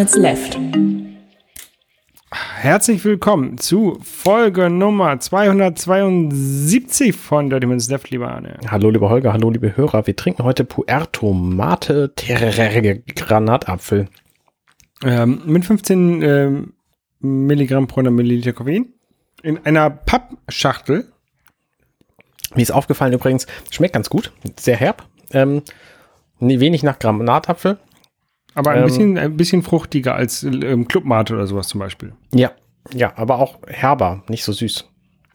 Minutes Left. Herzlich willkommen zu Folge Nummer 272 von Dirty Minutes Left, lieber Arne. Hallo, lieber Holger, hallo, liebe Hörer. Wir trinken heute Puerto Mate Granatapfel. Mit 15 Milligramm pro 100 Milliliter Koffein in einer Pappschachtel. Mir ist aufgefallen übrigens, schmeckt ganz gut, sehr herb, wenig nach Granatapfel. Aber ein bisschen fruchtiger als Clubmate oder sowas zum Beispiel. Ja, aber auch herber, nicht so süß.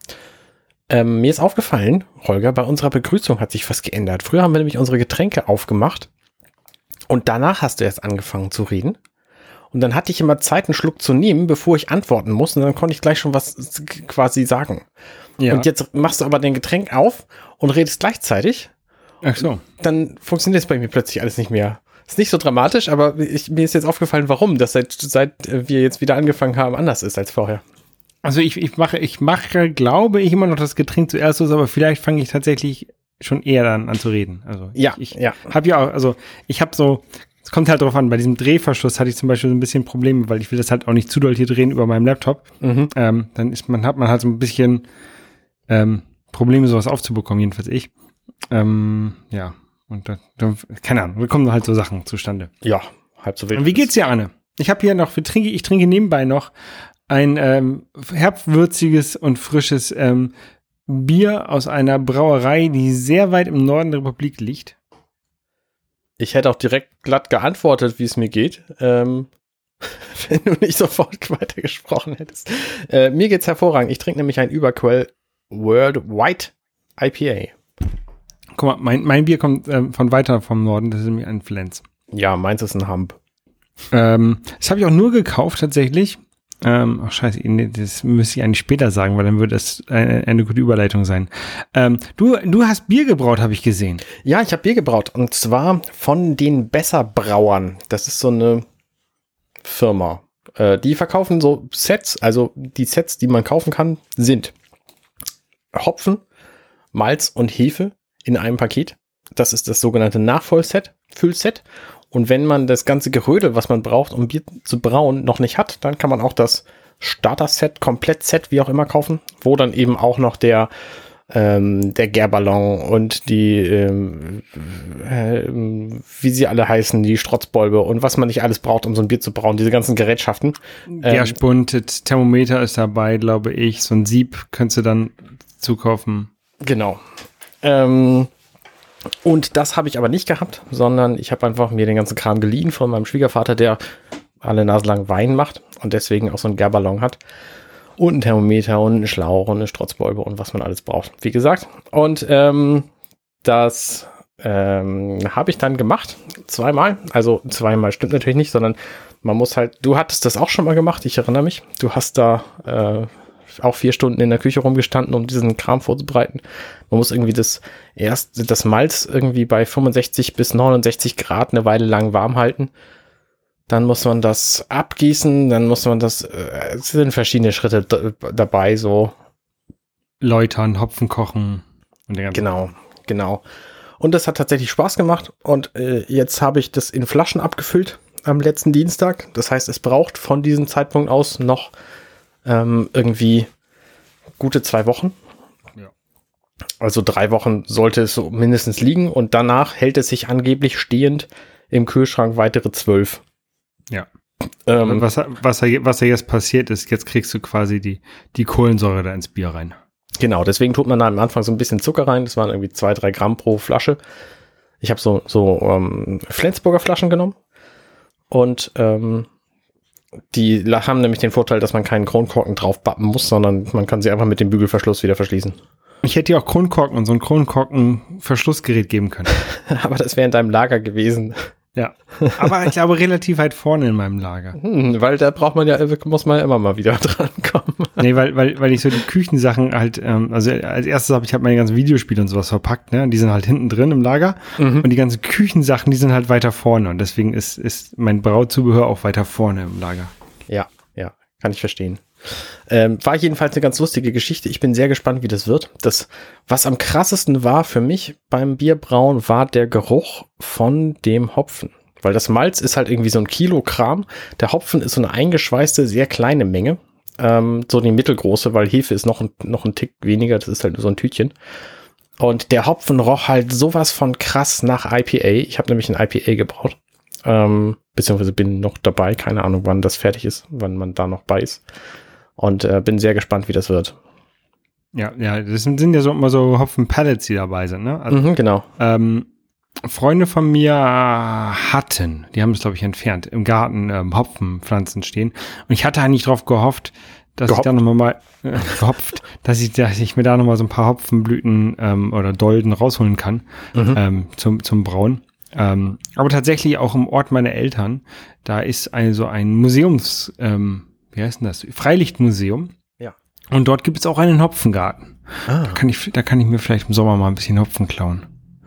Mir ist aufgefallen, Holger, bei unserer Begrüßung hat sich was geändert. Früher haben wir nämlich unsere Getränke aufgemacht und danach hast du erst angefangen zu reden. Und dann hatte ich immer Zeit, einen Schluck zu nehmen, bevor ich antworten muss. Und dann konnte ich gleich schon was quasi sagen. Ja. Und jetzt machst du aber dein Getränk auf und redest gleichzeitig. Ach so. Dann funktioniert es bei mir plötzlich alles nicht mehr. Ist nicht so dramatisch, aber mir ist jetzt aufgefallen, warum das seit wir jetzt wieder angefangen haben, anders ist als vorher. Also ich mache, glaube ich, immer noch das Getränk zuerst aus, aber vielleicht fange ich tatsächlich schon eher dann an zu reden. Also ich habe ja auch, also ich habe so, es kommt halt drauf an, bei diesem Drehverschluss hatte ich zum Beispiel so ein bisschen Probleme, weil ich will das halt auch nicht zu doll hier drehen über meinem Laptop. Mhm. Dann hat man halt so ein bisschen Probleme, sowas aufzubekommen, jedenfalls ich. Ja. Und dann, keine Ahnung, da kommen halt so Sachen zustande. Ja, halb so wild. Und wie geht's dir, Arne? Ich habe hier noch, ich trinke nebenbei noch ein herbwürziges und frisches Bier aus einer Brauerei, die sehr weit im Norden der Republik liegt. Ich hätte auch direkt glatt geantwortet, wie es mir geht, wenn du nicht sofort weitergesprochen hättest. Mir geht's hervorragend. Ich trinke nämlich ein Überquell World White IPA. Guck mal, mein Bier kommt von weiter vom Norden, das ist nämlich ein Flens. Ja, meins ist ein Hump. Das habe ich auch nur gekauft, tatsächlich. Scheiße, das müsste ich eigentlich später sagen, weil dann würde das eine gute Überleitung sein. Du hast Bier gebraut, habe ich gesehen. Ja, ich habe Bier gebraut und zwar von den Besserbrauern. Das ist so eine Firma. Die verkaufen so Sets, also die Sets, die man kaufen kann, sind Hopfen, Malz und Hefe in einem Paket. Das ist das sogenannte Nachfüllset. Und wenn man das ganze Gerödel, was man braucht, um Bier zu brauen, noch nicht hat, dann kann man auch das Starter-Set, Komplett-Set, wie auch immer, kaufen, wo dann eben auch noch der Gärballon und die, wie sie alle heißen, die Strotzbolbe und was man nicht alles braucht, um so ein Bier zu brauen, diese ganzen Gerätschaften. Der Spund, Thermometer ist dabei, glaube ich. So ein Sieb könntest du dann zukaufen. Genau. Und das habe ich aber nicht gehabt, sondern ich habe einfach mir den ganzen Kram geliehen von meinem Schwiegervater, der alle Nase lang Wein macht und deswegen auch so einen Gärballon hat. Und ein Thermometer und einen Schlauch und eine Strotzbolbe und was man alles braucht, wie gesagt. Und das habe ich dann gemacht, zweimal. Also zweimal stimmt natürlich nicht, sondern man muss halt, du hattest das auch schon mal gemacht, ich erinnere mich. Du hast da auch 4 Stunden in der Küche rumgestanden, um diesen Kram vorzubereiten. Man muss irgendwie das Malz irgendwie bei 65 bis 69 Grad eine Weile lang warm halten. Dann muss man das abgießen, dann muss man es sind verschiedene Schritte dabei, so. Läutern, Hopfen kochen. Und den ganzen Genau. Und das hat tatsächlich Spaß gemacht und jetzt habe ich das in Flaschen abgefüllt am letzten Dienstag. Das heißt, es braucht von diesem Zeitpunkt aus noch irgendwie gute 2 Wochen. Ja. Also 3 Wochen sollte es so mindestens liegen und danach hält es sich angeblich stehend im Kühlschrank weitere 12. Ja. Was ja jetzt passiert ist, jetzt kriegst du quasi die Kohlensäure da ins Bier rein. Genau, deswegen tut man da am Anfang so ein bisschen Zucker rein. Das waren irgendwie 2-3 Gramm pro Flasche. Ich habe so Flensburger Flaschen genommen und die haben nämlich den Vorteil, dass man keinen Kronkorken draufbappen muss, sondern man kann sie einfach mit dem Bügelverschluss wieder verschließen. Ich hätte dir auch Kronkorken und so ein Kronkorken-Verschlussgerät geben können. Aber das wäre in deinem Lager gewesen. Ja, aber ich glaube relativ weit vorne in meinem Lager. Weil da muss man ja immer mal wieder dran kommen. Nee, weil ich so die Küchensachen halt, also als erstes habe ich halt meine ganzen Videospiele und sowas verpackt, ne? Und die sind halt hinten drin im Lager. Mhm. Und die ganzen Küchensachen, die sind halt weiter vorne. Und deswegen ist mein Brauzubehör auch weiter vorne im Lager. Ja, kann ich verstehen. War jedenfalls eine ganz lustige Geschichte. Ich bin sehr gespannt, wie das wird. Was am krassesten war für mich beim Bierbrauen, war der Geruch von dem Hopfen. Weil das Malz ist halt irgendwie so ein Kilogramm. Der Hopfen ist so eine eingeschweißte, sehr kleine Menge. So die mittelgroße, weil Hefe ist noch ein Tick weniger. Das ist halt nur so ein Tütchen. Und der Hopfen roch halt sowas von krass nach IPA. Ich habe nämlich ein IPA gebraut. Beziehungsweise bin noch dabei. Keine Ahnung, wann das fertig ist, wann man da noch bei ist. Und bin sehr gespannt, wie das wird. Ja, das sind ja so immer so Hopfen-Pellets, die dabei sind, ne? Also, genau. Freunde von mir hatten, die haben es, glaube ich, entfernt, im Garten Hopfenpflanzen stehen. Und ich hatte eigentlich drauf gehofft, dass ich da nochmal dass ich mir da nochmal so ein paar Hopfenblüten oder Dolden rausholen kann zum Brauen. Aber tatsächlich auch im Ort meiner Eltern, da ist also ein Museums, wie heißt denn das? Freilichtmuseum. Ja. Und dort gibt es auch einen Hopfengarten. Ah. Da kann ich mir vielleicht im Sommer mal ein bisschen Hopfen klauen.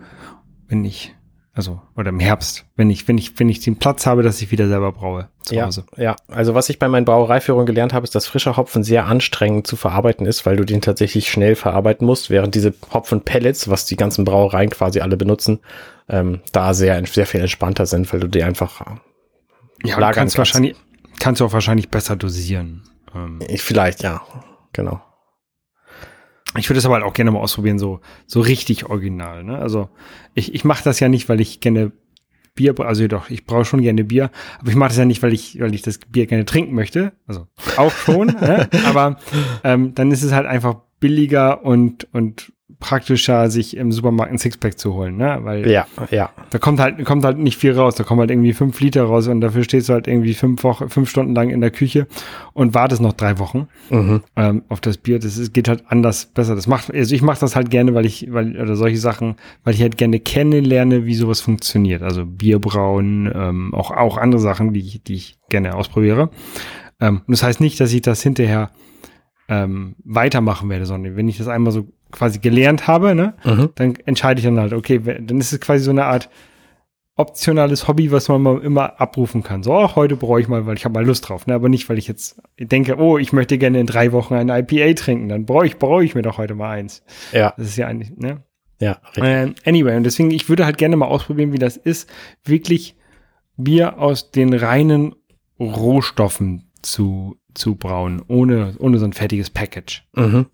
Oder im Herbst, wenn ich den Platz habe, dass ich wieder selber braue zu Hause. Ja, also was ich bei meinen Brauereiführungen gelernt habe, ist, dass frischer Hopfen sehr anstrengend zu verarbeiten ist, weil du den tatsächlich schnell verarbeiten musst, während diese Hopfenpellets, was die ganzen Brauereien quasi alle benutzen, da sehr viel entspannter sind, weil du die einfach lagern kannst. Kannst du auch wahrscheinlich besser dosieren. Vielleicht, ja, genau. Ich würde es aber halt auch gerne mal ausprobieren, so richtig original, ne? Also ich mache das ja nicht, weil ich gerne Bier, also doch, ich brauche schon gerne Bier, aber ich mache das ja nicht, weil ich das Bier gerne trinken möchte, also auch schon, ne? Aber dann ist es halt einfach billiger und praktischer, sich im Supermarkt ein Sixpack zu holen, ne? Weil da kommt halt nicht viel raus, da kommen halt irgendwie 5 Liter raus und dafür stehst du halt irgendwie 5 Stunden lang in der Küche und wartest noch 3 Wochen auf das Bier. Geht halt anders besser. Ich mache das halt gerne, weil ich halt gerne kennenlerne, wie sowas funktioniert. Also Bierbrauen, auch andere Sachen, die ich gerne ausprobiere. Und das heißt nicht, dass ich das hinterher weitermachen werde, sondern wenn ich das einmal so quasi gelernt habe, ne, dann entscheide ich dann halt, okay, dann ist es quasi so eine Art optionales Hobby, was man mal immer abrufen kann. So, heute brauche ich mal, weil ich habe mal Lust drauf, ne, aber nicht, weil ich jetzt denke, ich möchte gerne in 3 Wochen ein IPA trinken, dann brauche ich mir doch heute mal eins. Ja. Das ist ja eigentlich, ne? Ja, richtig. Anyway, und deswegen, ich würde halt gerne mal ausprobieren, wie das ist, wirklich Bier aus den reinen Rohstoffen zu brauen, ohne so ein fertiges Package.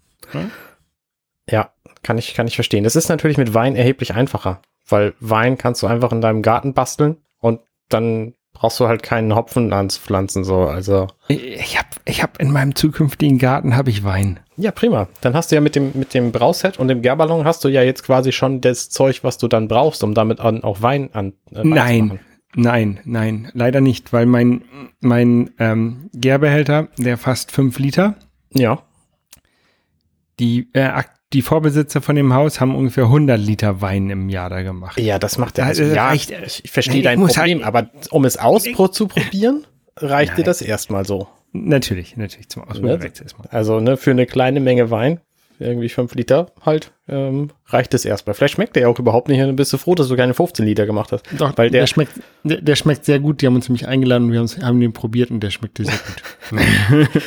Ja, kann ich verstehen. Das ist natürlich mit Wein erheblich einfacher, weil Wein kannst du einfach in deinem Garten basteln und dann brauchst du halt keinen Hopfen anzupflanzen, so, also. Ich hab in meinem zukünftigen Garten habe ich Wein. Ja, prima. Dann hast du ja mit dem Brauset und dem Gärballon hast du ja jetzt quasi schon das Zeug, was du dann brauchst, um damit auch Wein zu machen. Nein, leider nicht, weil mein Gärbehälter, der fasst 5 Liter. Ja. Die Vorbesitzer von dem Haus haben ungefähr 100 Liter Wein im Jahr da gemacht. Ja, das macht er. Ich verstehe dein Problem, aber um es auszuprobieren, reicht dir das erstmal so. Natürlich, zum Ausprobieren reicht es erstmal. Also, für eine kleine Menge Wein, irgendwie 5 Liter halt, reicht es erstmal. Vielleicht schmeckt der ja auch überhaupt nicht, dann bist du froh, dass du keine 15 Liter gemacht hast. Doch, weil der schmeckt sehr gut. Die haben uns nämlich eingeladen und wir haben den probiert und der schmeckte sehr gut.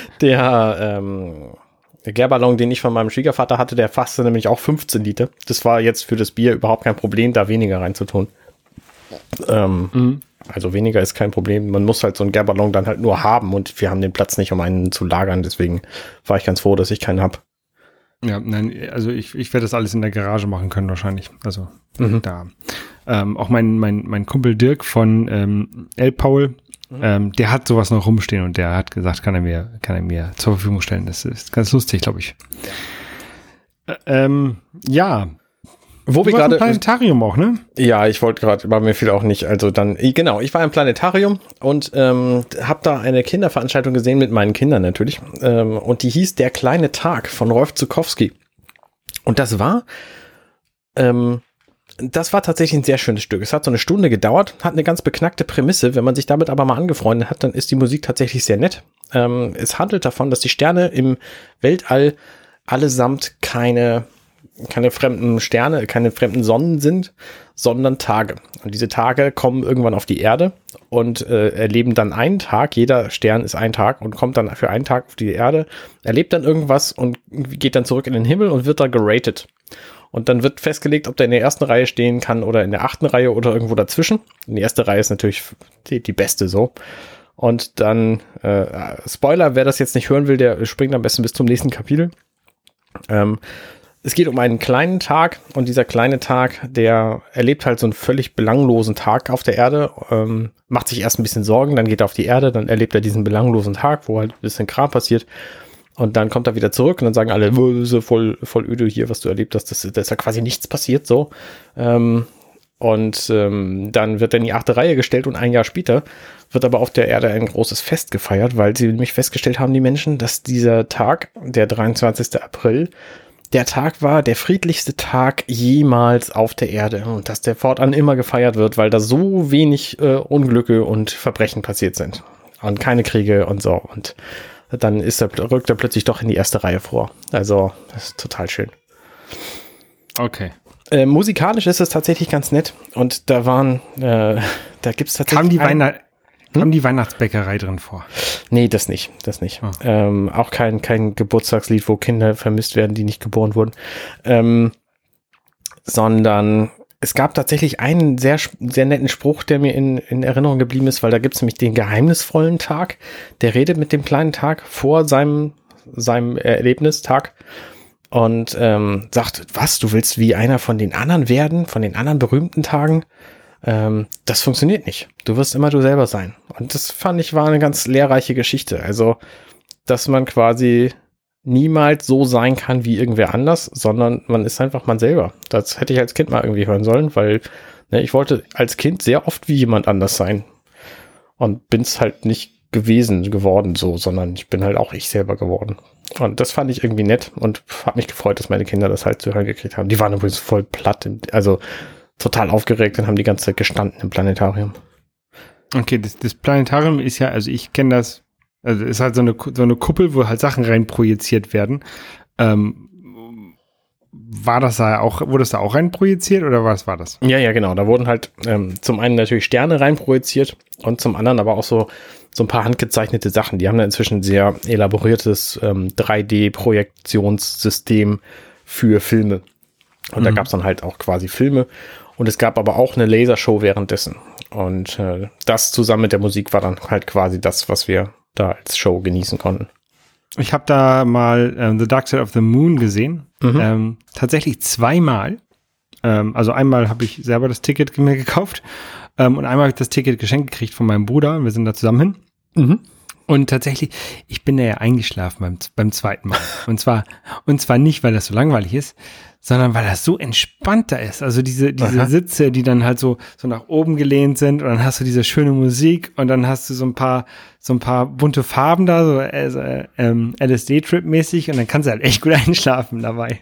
Der Gärballon, den ich von meinem Schwiegervater hatte, der fasste nämlich auch 15 Liter. Das war jetzt für das Bier überhaupt kein Problem, da weniger reinzutun. Also weniger ist kein Problem. Man muss halt so einen Gärballon dann halt nur haben und wir haben den Platz nicht, um einen zu lagern. Deswegen war ich ganz froh, dass ich keinen habe. Ja, nein, also ich werde das alles in der Garage machen können wahrscheinlich. Also da. Auch mein Kumpel Dirk von El Paul, der hat sowas noch rumstehen und der hat gesagt, kann er mir zur Verfügung stellen. Das ist ganz lustig, glaube ich. Ja. Wo wir gerade im Planetarium auch, ne? Ja, ich wollte gerade, aber mir fiel auch nicht. Also dann, genau, ich war im Planetarium und habe da eine Kinderveranstaltung gesehen mit meinen Kindern natürlich. Und die hieß Der kleine Tag von Rolf Zuckowski. Und das war tatsächlich ein sehr schönes Stück. Es hat so eine Stunde gedauert, hat eine ganz beknackte Prämisse. Wenn man sich damit aber mal angefreundet hat, dann ist die Musik tatsächlich sehr nett. Es handelt davon, dass die Sterne im Weltall allesamt keine fremden Sterne, keine fremden Sonnen sind, sondern Tage. Und diese Tage kommen irgendwann auf die Erde und erleben dann einen Tag. Jeder Stern ist ein Tag und kommt dann für einen Tag auf die Erde, erlebt dann irgendwas und geht dann zurück in den Himmel und wird dann geratet. Und dann wird festgelegt, ob der in der ersten Reihe stehen kann oder in der 8. Reihe oder irgendwo dazwischen. Und die erste Reihe ist natürlich die beste so. Und dann, Spoiler, wer das jetzt nicht hören will, der springt am besten bis zum nächsten Kapitel. Es geht um einen kleinen Tag und dieser kleine Tag, der erlebt halt so einen völlig belanglosen Tag auf der Erde, macht sich erst ein bisschen Sorgen, dann geht er auf die Erde, dann erlebt er diesen belanglosen Tag, wo halt ein bisschen Kram passiert. Und dann kommt er wieder zurück und dann sagen alle, voll öde hier, was du erlebt hast, das ist ja quasi nichts passiert, so. Dann wird er in die 8. Reihe gestellt und ein Jahr später wird aber auf der Erde ein großes Fest gefeiert, weil sie nämlich festgestellt haben, die Menschen, dass dieser Tag, der 23. April, der Tag war der friedlichste Tag jemals auf der Erde und dass der fortan immer gefeiert wird, weil da so wenig Unglücke und Verbrechen passiert sind und keine Kriege und so. Und dann rückt er plötzlich doch in die 1. Reihe vor. Also, das ist total schön. Okay. Musikalisch ist es tatsächlich ganz nett. Und da gibt es tatsächlich. Kam die Weihnachtsbäckerei drin vor? Nee, das nicht. Oh. Auch kein Geburtstagslied, wo Kinder vermisst werden, die nicht geboren wurden. Sondern es gab tatsächlich einen sehr, sehr netten Spruch, der mir in Erinnerung geblieben ist, weil da gibt es nämlich den geheimnisvollen Tag. Der redet mit dem kleinen Tag vor seinem Erlebnistag und sagt, was, du willst wie einer von den anderen werden, von den anderen berühmten Tagen? Das funktioniert nicht. Du wirst immer du selber sein. Und das fand ich war eine ganz lehrreiche Geschichte. Also, dass man quasi niemals so sein kann wie irgendwer anders, sondern man ist einfach man selber. Das hätte ich als Kind mal irgendwie hören sollen, weil ich wollte als Kind sehr oft wie jemand anders sein und bin es halt nicht geworden so, sondern ich bin halt auch ich selber geworden. Und das fand ich irgendwie nett und habe mich gefreut, dass meine Kinder das halt zu hören gekriegt haben. Die waren übrigens voll platt, also total aufgeregt und haben die ganze Zeit gestanden im Planetarium. Okay, das Planetarium ist ja, also ich kenne das. Also ist halt so eine Kuppel, wo halt Sachen rein projiziert werden. Wurde das da auch rein projiziert oder was war das? Ja, genau. Da wurden halt zum einen natürlich Sterne rein projiziert und zum anderen aber auch so ein paar handgezeichnete Sachen. Die haben da inzwischen ein sehr elaboriertes 3D-Projektionssystem für Filme. Und da gab es dann halt auch quasi Filme. Und es gab aber auch eine Lasershow währenddessen. Und das zusammen mit der Musik war dann halt quasi das, was wir da als Show genießen konnten. Ich habe da mal The Dark Side of the Moon gesehen. Tatsächlich zweimal. Also einmal habe ich selber das Ticket mir gekauft und einmal habe ich das Ticket geschenkt gekriegt von meinem Bruder. Wir sind da zusammen hin. Und tatsächlich, ich bin da ja eingeschlafen beim zweiten Mal. Und zwar nicht, weil das so langweilig ist, sondern weil das so entspannter ist. Also diese Sitze, die dann halt so nach oben gelehnt sind und dann hast du diese schöne Musik und dann hast du so ein paar bunte Farben da, so LSD-Trip-mäßig und dann kannst du halt echt gut einschlafen dabei.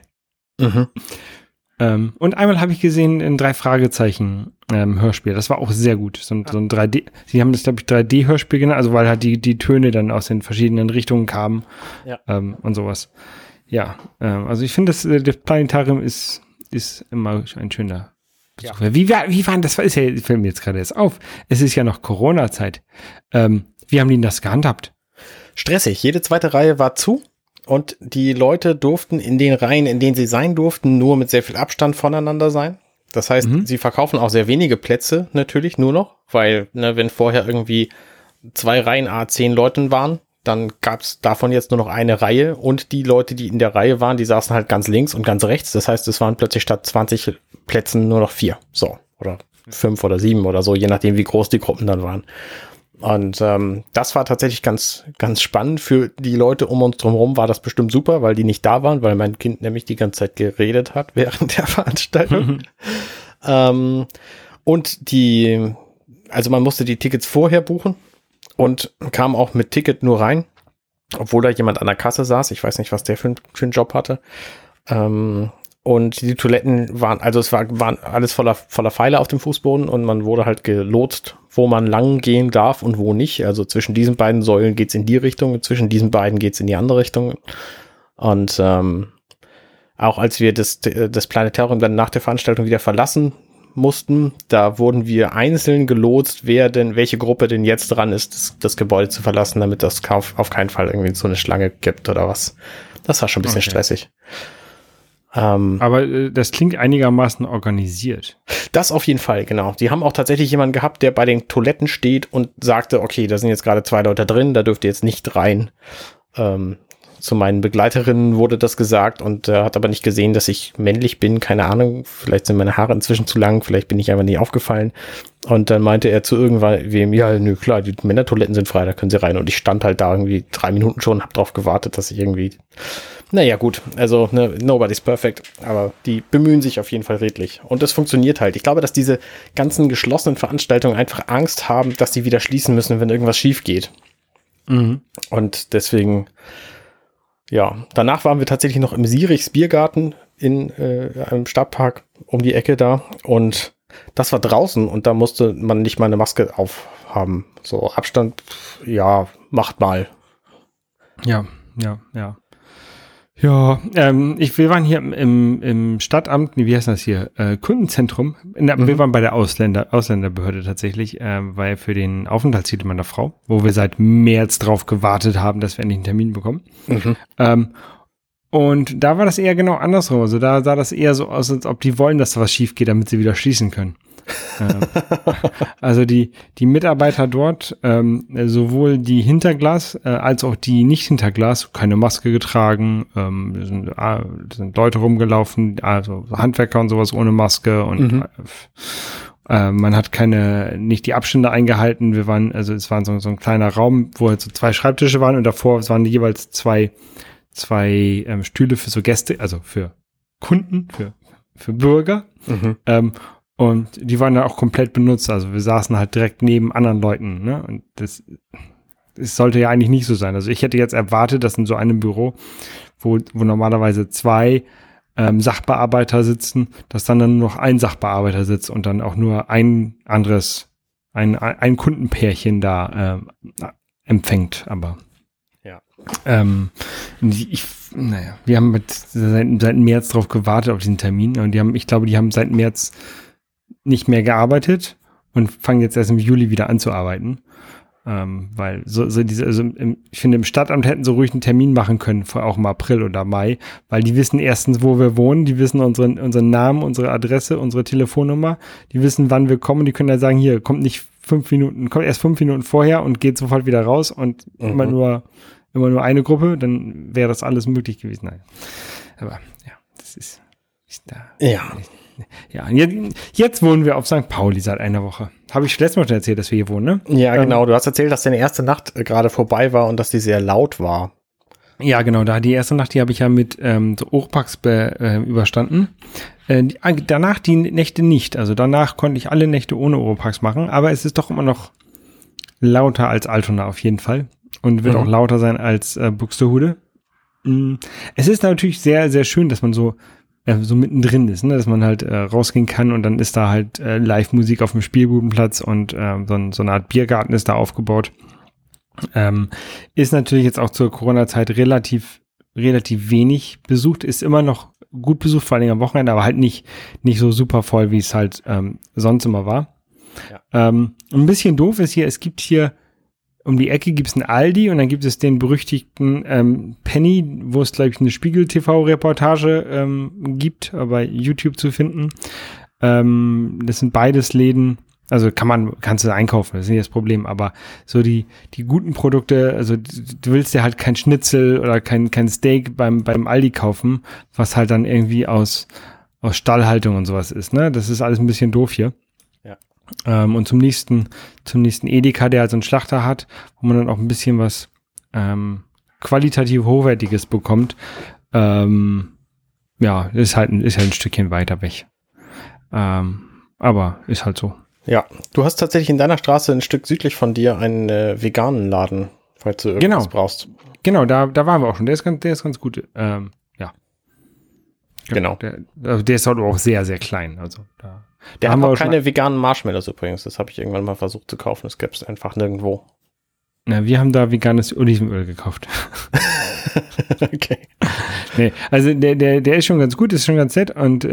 Und einmal habe ich gesehen ein 3-Fragezeichen-Hörspiel. Das war auch sehr gut. So ein 3D. Sie haben das, glaube ich, 3D-Hörspiel genannt, also weil halt die Töne dann aus den verschiedenen Richtungen kamen und sowas. Ja, also ich finde, das Planetarium ist immer ein schöner Besuch. Ja. Wie war das? Fällt mir jetzt gerade erst auf. Es ist ja noch Corona-Zeit. Wie haben die das gehandhabt? Stressig. Jede zweite Reihe war zu. Und die Leute durften in den Reihen, in denen sie sein durften, nur mit sehr viel Abstand voneinander sein. Das heißt, sie verkaufen auch sehr wenige Plätze natürlich nur noch, weil wenn vorher irgendwie 2 Reihen A10 Leuten waren, dann gab es davon jetzt nur noch eine Reihe und die Leute, die in der Reihe waren, die saßen halt ganz links und ganz rechts. Das heißt, es waren plötzlich statt 20 Plätzen nur noch 4. So, oder 5 oder 7 oder so, je nachdem, wie groß die Gruppen dann waren. Und das war tatsächlich ganz, ganz spannend. Für die Leute um uns drumherum war das bestimmt super, weil die nicht da waren, weil mein Kind nämlich die ganze Zeit geredet hat während der Veranstaltung. Und also man musste die Tickets vorher buchen und kam auch mit Ticket nur rein, obwohl da jemand an der Kasse saß. Ich weiß nicht, was der für einen Job hatte. Und die Toiletten waren alles voller Pfeile auf dem Fußboden und man wurde halt gelotst, wo man lang gehen darf und wo nicht. Also zwischen diesen beiden Säulen geht's in die Richtung, zwischen diesen beiden geht's in die andere Richtung. Und auch als wir das Planetarium dann nach der Veranstaltung wieder verlassen mussten, da wurden wir einzeln gelotst, welche Gruppe denn jetzt dran ist, das Gebäude zu verlassen, damit das auf keinen Fall irgendwie so eine Schlange gibt oder was. Das war schon ein bisschen stressig. Aber das klingt einigermaßen organisiert. Das auf jeden Fall, genau. Die haben auch tatsächlich jemanden gehabt, der bei den Toiletten steht und sagte, okay, da sind jetzt gerade 2 Leute drin, da dürft ihr jetzt nicht rein. Zu meinen Begleiterinnen wurde das gesagt und hat aber nicht gesehen, dass ich männlich bin, keine Ahnung, vielleicht sind meine Haare inzwischen zu lang, vielleicht bin ich einfach nie aufgefallen. Und dann meinte er zu irgendwem, ja, nö, klar, die Männertoiletten sind frei, da können sie rein. Und ich stand halt da irgendwie 3 Minuten schon, hab drauf gewartet, dass ich irgendwie, naja gut, also nobody's perfect, aber die bemühen sich auf jeden Fall redlich. Und das funktioniert halt. Ich glaube, dass diese ganzen geschlossenen Veranstaltungen einfach Angst haben, dass sie wieder schließen müssen, wenn irgendwas schief geht. Mhm. Und deswegen... Ja, danach waren wir tatsächlich noch im Sierichs Biergarten in einem Stadtpark um die Ecke da und das war draußen und da musste man nicht mal eine Maske aufhaben. So Abstand, ja, macht mal. Ja. Ja, wir waren hier im Stadtamt, wie heißt das hier, Kundenzentrum. Wir waren bei der Ausländerbehörde tatsächlich, weil für den Aufenthaltstitel meiner Frau, wo wir seit März drauf gewartet haben, dass wir endlich einen Termin bekommen. Und da war das eher genau andersrum. Also da sah das eher so aus, als ob die wollen, dass da was schief geht, damit sie wieder schließen können. Also die Mitarbeiter dort, sowohl die hinter Glas als auch die nicht hinter Glas, keine Maske getragen, sind Leute rumgelaufen, also Handwerker und sowas ohne Maske und man hat nicht die Abstände eingehalten. Es war so ein kleiner Raum, wo halt so 2 Schreibtische waren und davor waren jeweils zwei Stühle für so Gäste, also für Kunden, für Bürger. Und die waren dann auch komplett benutzt. Also wir saßen halt direkt neben anderen Leuten, ne? Und das sollte ja eigentlich nicht so sein. Also ich hätte jetzt erwartet, dass in so einem Büro, wo normalerweise 2 Sachbearbeiter sitzen, dass dann nur noch ein Sachbearbeiter sitzt und dann auch nur ein Kundenpärchen da empfängt. Aber ja. Wir haben seit März drauf gewartet auf diesen Termin und ich glaube, die haben seit März nicht mehr gearbeitet und fangen jetzt erst im Juli wieder an zu arbeiten. Weil ich finde, im Stadtamt hätten sie ruhig einen Termin machen können, auch im April oder Mai, weil die wissen erstens, wo wir wohnen, die wissen unseren Namen, unsere Adresse, unsere Telefonnummer, die wissen, wann wir kommen, die können ja sagen, hier, kommt nicht 5 Minuten, kommt erst 5 Minuten vorher und geht sofort wieder raus und immer nur eine Gruppe, dann wäre das alles möglich gewesen. Nein. Aber ja, das ist da. Ja. Ja, jetzt wohnen wir auf St. Pauli seit einer Woche. Habe ich letztes Mal schon erzählt, dass wir hier wohnen, ne? Ja, genau. Du hast erzählt, dass deine erste Nacht gerade vorbei war und dass die sehr laut war. Ja, genau. Die erste Nacht, die habe ich ja mit so Oropax überstanden. Danach die Nächte nicht. Also danach konnte ich alle Nächte ohne Oropax machen. Aber es ist doch immer noch lauter als Altona auf jeden Fall. Und wird auch lauter sein als Buxtehude. Es ist natürlich sehr, sehr schön, dass man so mittendrin ist, ne? Dass man halt rausgehen kann und dann ist da halt Live-Musik auf dem Spielbudenplatz und so eine Art Biergarten ist da aufgebaut. Ist natürlich jetzt auch zur Corona-Zeit relativ wenig besucht, ist immer noch gut besucht, vor allem am Wochenende, aber halt nicht so super voll, wie es halt sonst immer war. Ja. Ein bisschen doof ist hier, es gibt hier um die Ecke gibt's einen Aldi und dann gibt es den berüchtigten Penny, wo es, glaube ich, eine Spiegel-TV-Reportage gibt, bei YouTube zu finden. Das sind beides Läden, also kannst du einkaufen, das ist nicht das Problem, aber so die guten Produkte, also du willst dir halt kein Schnitzel oder kein Steak beim Aldi kaufen, was halt dann irgendwie aus Stallhaltung und sowas ist, ne? Das ist alles ein bisschen doof hier. Und zum nächsten Edeka, der halt so einen Schlachter hat, wo man dann auch ein bisschen was qualitativ Hochwertiges bekommt. Ja, ist halt ein Stückchen weiter weg. Aber ist halt so. Ja, du hast tatsächlich in deiner Straße ein Stück südlich von dir einen veganen Laden, falls du irgendwas brauchst. Genau, da waren wir auch schon. Der ist ganz gut. Ja. Genau. Der ist halt auch sehr, sehr klein. Also der hat auch keine veganen Marshmallows übrigens. Das habe ich irgendwann mal versucht zu kaufen. Das gäbe es einfach nirgendwo. Na, wir haben da veganes Olivenöl gekauft. Okay. Nee, also der ist schon ganz gut, ist schon ganz nett. Und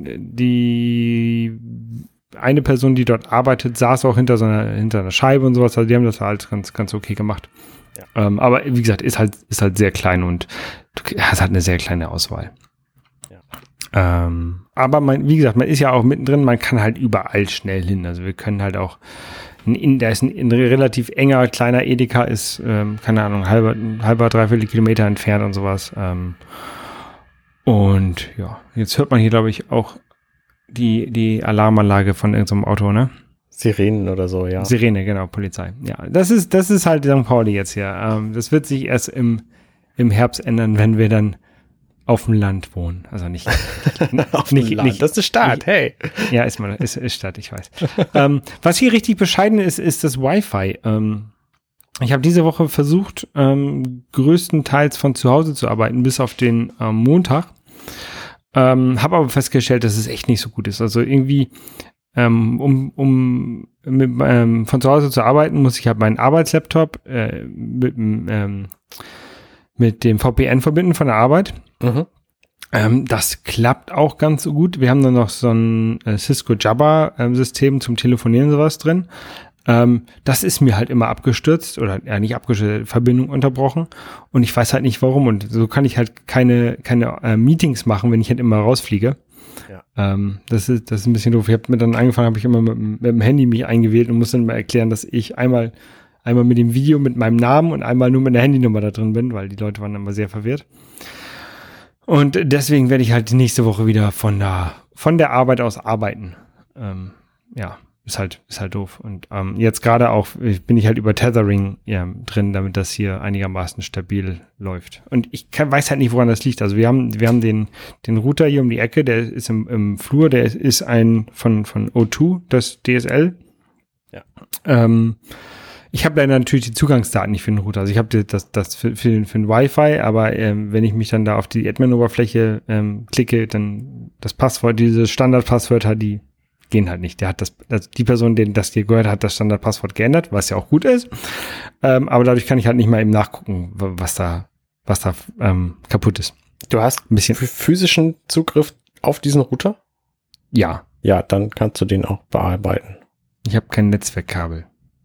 die eine Person, die dort arbeitet, saß auch hinter einer Scheibe und sowas. Also die haben das halt ganz, ganz okay gemacht. Ja. Aber wie gesagt, ist halt sehr klein und du hast halt eine sehr kleine Auswahl. Ja. Aber wie gesagt, man ist ja auch mittendrin, man kann halt überall schnell hin. Also wir können halt auch, da ist ein relativ enger, kleiner Edeka, ist, keine Ahnung, halber, dreiviertel Kilometer entfernt und sowas. Und ja, jetzt hört man hier, glaube ich, auch die Alarmanlage von irgendeinem Auto, ne? Sirenen oder so, ja. Sirene, genau, Polizei. Ja, das ist halt St. Pauli jetzt hier. Das wird sich erst im Herbst ändern, wenn wir dann auf dem Land wohnen. Also nicht auf dem Land. Das ist Stadt, hey. Ja, ist Stadt, ich weiß. Was hier richtig bescheiden ist das Wi-Fi. Ich habe diese Woche versucht, größtenteils von zu Hause zu arbeiten, bis auf den Montag. Habe aber festgestellt, dass es echt nicht so gut ist. Also irgendwie, von zu Hause zu arbeiten, muss ich halt meinen Arbeitslaptop mit dem VPN verbinden von der Arbeit. Mhm. Das klappt auch ganz gut. Wir haben dann noch so ein Cisco Jabba-System zum Telefonieren und sowas drin. Das ist mir halt immer abgestürzt oder nicht abgestürzt, Verbindung unterbrochen und ich weiß halt nicht warum und so kann ich halt keine Meetings machen, wenn ich halt immer rausfliege. Ja. Das ist ein bisschen doof. Ich habe mir dann angefangen, habe ich immer mit dem Handy mich eingewählt und muss dann mal erklären, dass ich einmal mit dem Video mit meinem Namen und einmal nur mit der Handynummer da drin bin, weil die Leute waren immer sehr verwirrt. Und deswegen werde ich halt die nächste Woche wieder von der Arbeit aus arbeiten. Ja, ist halt doof. Und jetzt gerade auch bin ich halt über Tethering drin, damit das hier einigermaßen stabil läuft. Und ich weiß halt nicht, woran das liegt. Also wir haben den Router hier um die Ecke, der ist im Flur, der ist ein von O2, das DSL. Ja. Ich habe leider natürlich die Zugangsdaten nicht für den Router. Also ich habe das für den Wi-Fi, aber wenn ich mich dann da auf die Admin-Oberfläche klicke, dann das Passwort, diese Standardpasswörter, die gehen halt nicht. Die Person, denen das hier gehört, hat das Standardpasswort geändert, was ja auch gut ist. Aber dadurch kann ich halt nicht mal eben nachgucken, was da kaputt ist. Du hast ein bisschen physischen Zugriff auf diesen Router? Ja. Ja, dann kannst du den auch bearbeiten. Ich habe kein Netzwerkkabel.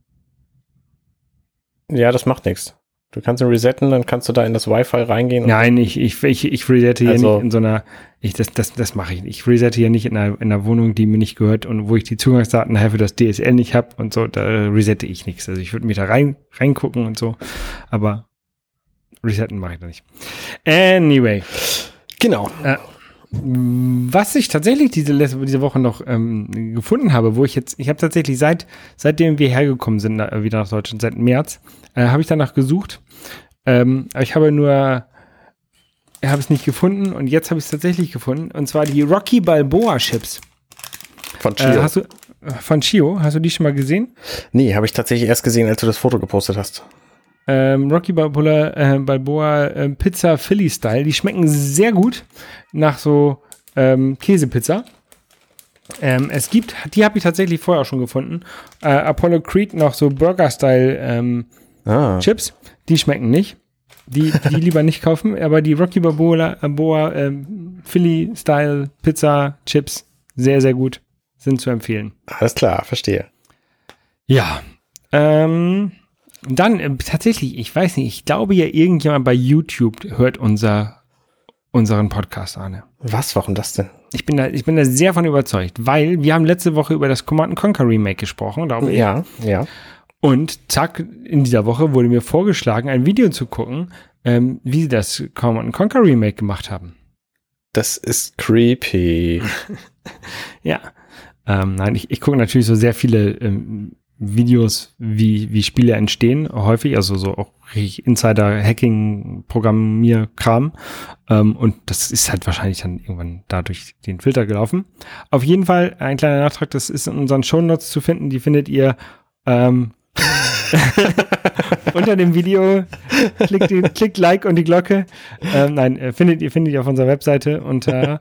Ja, das macht nichts. Du kannst ihn resetten, dann kannst du da in das Wi-Fi reingehen. Nein, ich resette hier nicht in so einer, das mache ich nicht. Ich resette hier nicht in einer Wohnung, die mir nicht gehört und wo ich die Zugangsdaten für das DSL nicht habe und so, da resette ich nichts. Also ich würde mich da reingucken und so, aber resetten mache ich da nicht. Anyway. Genau. Was ich tatsächlich diese Woche noch gefunden habe, wo ich habe tatsächlich seitdem wir hergekommen sind, wieder nach Deutschland, seit März, habe ich danach gesucht. Aber ich habe es nicht gefunden und jetzt habe ich es tatsächlich gefunden. Und zwar die Rocky Balboa Chips. Von Chio. Von Chio. Hast du die schon mal gesehen? Nee, habe ich tatsächlich erst gesehen, als du das Foto gepostet hast. Rocky Balboa Pizza Philly Style. Die schmecken sehr gut nach so Käsepizza. Die habe ich tatsächlich vorher auch schon gefunden. Apollo Creed noch so Burger Style Chips. Die schmecken nicht. Die lieber nicht kaufen. Aber die Rocky Balboa Philly Style Pizza Chips sehr, sehr gut. Sind zu empfehlen. Alles klar, verstehe. Ja. Dann tatsächlich, ich weiß nicht, ich glaube ja irgendjemand bei YouTube hört unseren Podcast, Arne. Was? Warum das denn? Ich bin da sehr von überzeugt, weil wir haben letzte Woche über das Command & Conquer Remake gesprochen, glaube ich. Ja. Und zack, in dieser Woche wurde mir vorgeschlagen, ein Video zu gucken, wie sie das Command & Conquer Remake gemacht haben. Das ist creepy. Ja. Nein, ich gucke natürlich so sehr viele Videos, wie Spiele entstehen, häufig, also so auch richtig Insider-Hacking-Programmierkram. Und das ist halt wahrscheinlich dann irgendwann dadurch den Filter gelaufen. Auf jeden Fall ein kleiner Nachtrag, das ist in unseren Shownotes zu finden, die findet ihr unter dem Video. Klickt Like und die Glocke. Findet ihr auf unserer Webseite unter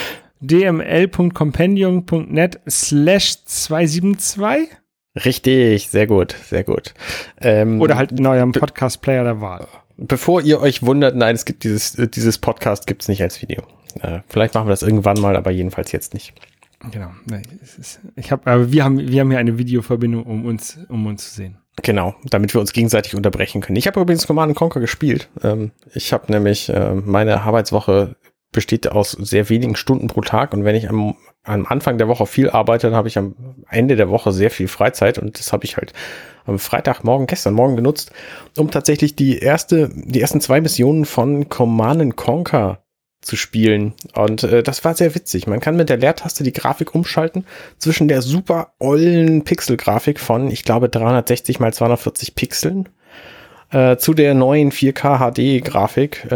dml.compendium.net/272. Richtig, sehr gut, sehr gut. Oder halt in eurem Podcast-Player der Wahl. Bevor ihr euch wundert, nein, es gibt dieses Podcast gibt es nicht als Video. Vielleicht machen wir das irgendwann mal, aber jedenfalls jetzt nicht. Genau. Wir haben hier eine Videoverbindung, um uns zu sehen. Genau, damit wir uns gegenseitig unterbrechen können. Ich habe übrigens Command & Conquer gespielt. Ich habe nämlich meine Arbeitswoche besteht aus sehr wenigen Stunden pro Tag und wenn ich am Anfang der Woche viel arbeite, dann habe ich am Ende der Woche sehr viel Freizeit und das habe ich halt am gestern Morgen genutzt, um tatsächlich die ersten 2 Missionen von Command & Conquer zu spielen und das war sehr witzig. Man kann mit der Leertaste die Grafik umschalten zwischen der super ollen Pixelgrafik von, ich glaube, 360 x 240 Pixeln zu der neuen 4K HD-Grafik,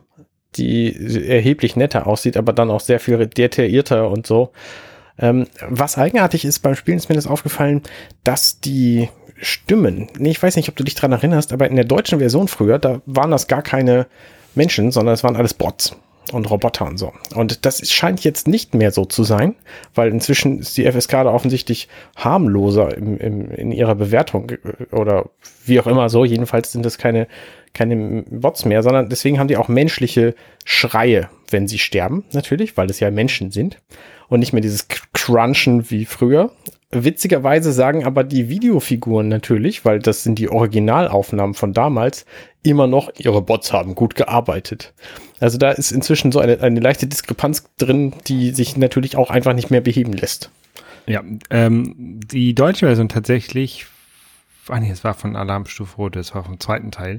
die erheblich netter aussieht, aber dann auch sehr viel detaillierter und so. Was eigenartig ist beim Spielen, ist mir das aufgefallen, dass die Stimmen, ich weiß nicht, ob du dich dran erinnerst, aber in der deutschen Version früher, da waren das gar keine Menschen, sondern es waren alles Bots und Roboter und so. Und das scheint jetzt nicht mehr so zu sein, weil inzwischen ist die FSK da offensichtlich harmloser in ihrer Bewertung oder wie auch immer so. Jedenfalls sind das keine Bots mehr, sondern deswegen haben die auch menschliche Schreie, wenn sie sterben, natürlich, weil es ja Menschen sind und nicht mehr dieses Crunchen wie früher. Witzigerweise sagen aber die Videofiguren natürlich, weil das sind die Originalaufnahmen von damals, immer noch, ihre Bots haben gut gearbeitet. Also da ist inzwischen so eine leichte Diskrepanz drin, die sich natürlich auch einfach nicht mehr beheben lässt. Ja, die deutsche Version tatsächlich, es war von Alarmstufe Rot, das war vom zweiten Teil.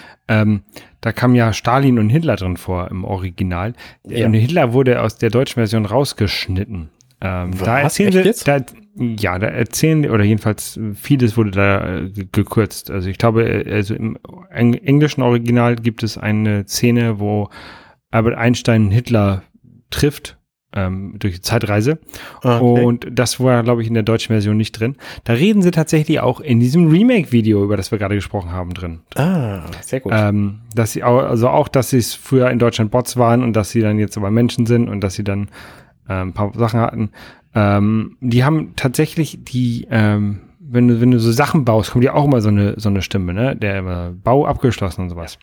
Da kam ja Stalin und Hitler drin vor im Original. Ja. Und Hitler wurde aus der deutschen Version rausgeschnitten. Da erzählen sie, oder jedenfalls vieles wurde da gekürzt. Also ich glaube, also im englischen Original gibt es eine Szene, wo Albert Einstein Hitler trifft durch die Zeitreise. Okay. Und das war, glaube ich, in der deutschen Version nicht drin. Da reden sie tatsächlich auch in diesem Remake-Video, über das wir gerade gesprochen haben, drin. Sehr gut. Dass sie dass sie es früher in Deutschland Bots waren und dass sie dann jetzt aber Menschen sind und dass sie dann ein paar Sachen hatten. Die haben tatsächlich wenn du so Sachen baust, kommt ja auch immer so eine Stimme, ne? Der Bau abgeschlossen und sowas.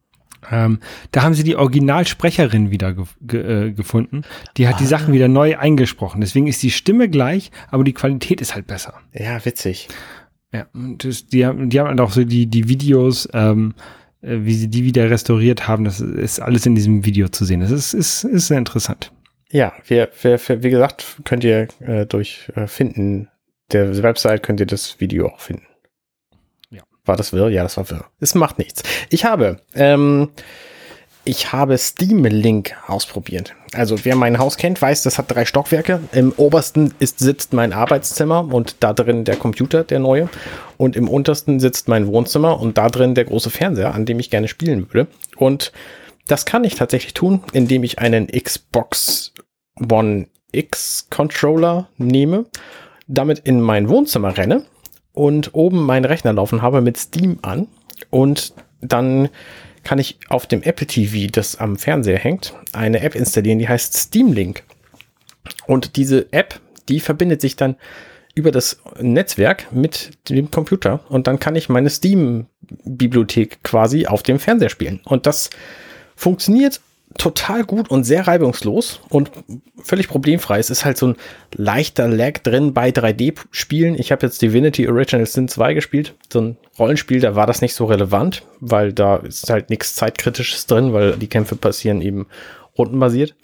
Da haben sie die Originalsprecherin wieder gefunden. Die hat die Sachen wieder neu eingesprochen. Deswegen ist die Stimme gleich, aber die Qualität ist halt besser. Ja, witzig. Ja, und die haben halt auch so die Videos, wie sie die wieder restauriert haben. Das ist alles in diesem Video zu sehen. Das ist sehr interessant. Ja, wie gesagt, könnt ihr durch Finden der Website könnt ihr das Video auch finden. Ja. War das wirr? Ja, das war wirr. Es macht nichts. Ich habe Steam Link ausprobiert. Also wer mein Haus kennt, weiß, das hat 3 Stockwerke. Im obersten sitzt mein Arbeitszimmer und da drin der Computer, der neue. Und im untersten sitzt mein Wohnzimmer und da drin der große Fernseher, an dem ich gerne spielen würde. Und das kann ich tatsächlich tun, indem ich einen Xbox One X Controller nehme, damit in mein Wohnzimmer renne und oben meinen Rechner laufen habe mit Steam an und dann kann ich auf dem Apple TV, das am Fernseher hängt, eine App installieren, die heißt Steam Link. Und diese App, die verbindet sich dann über das Netzwerk mit dem Computer und dann kann ich meine Steam-Bibliothek quasi auf dem Fernseher spielen. Und das funktioniert total gut und sehr reibungslos und völlig problemfrei. Es ist halt so ein leichter Lag drin bei 3D-Spielen. Ich habe jetzt Divinity Original Sin 2 gespielt. So ein Rollenspiel, da war das nicht so relevant, weil da ist halt nichts Zeitkritisches drin, weil die Kämpfe passieren eben rundenbasiert.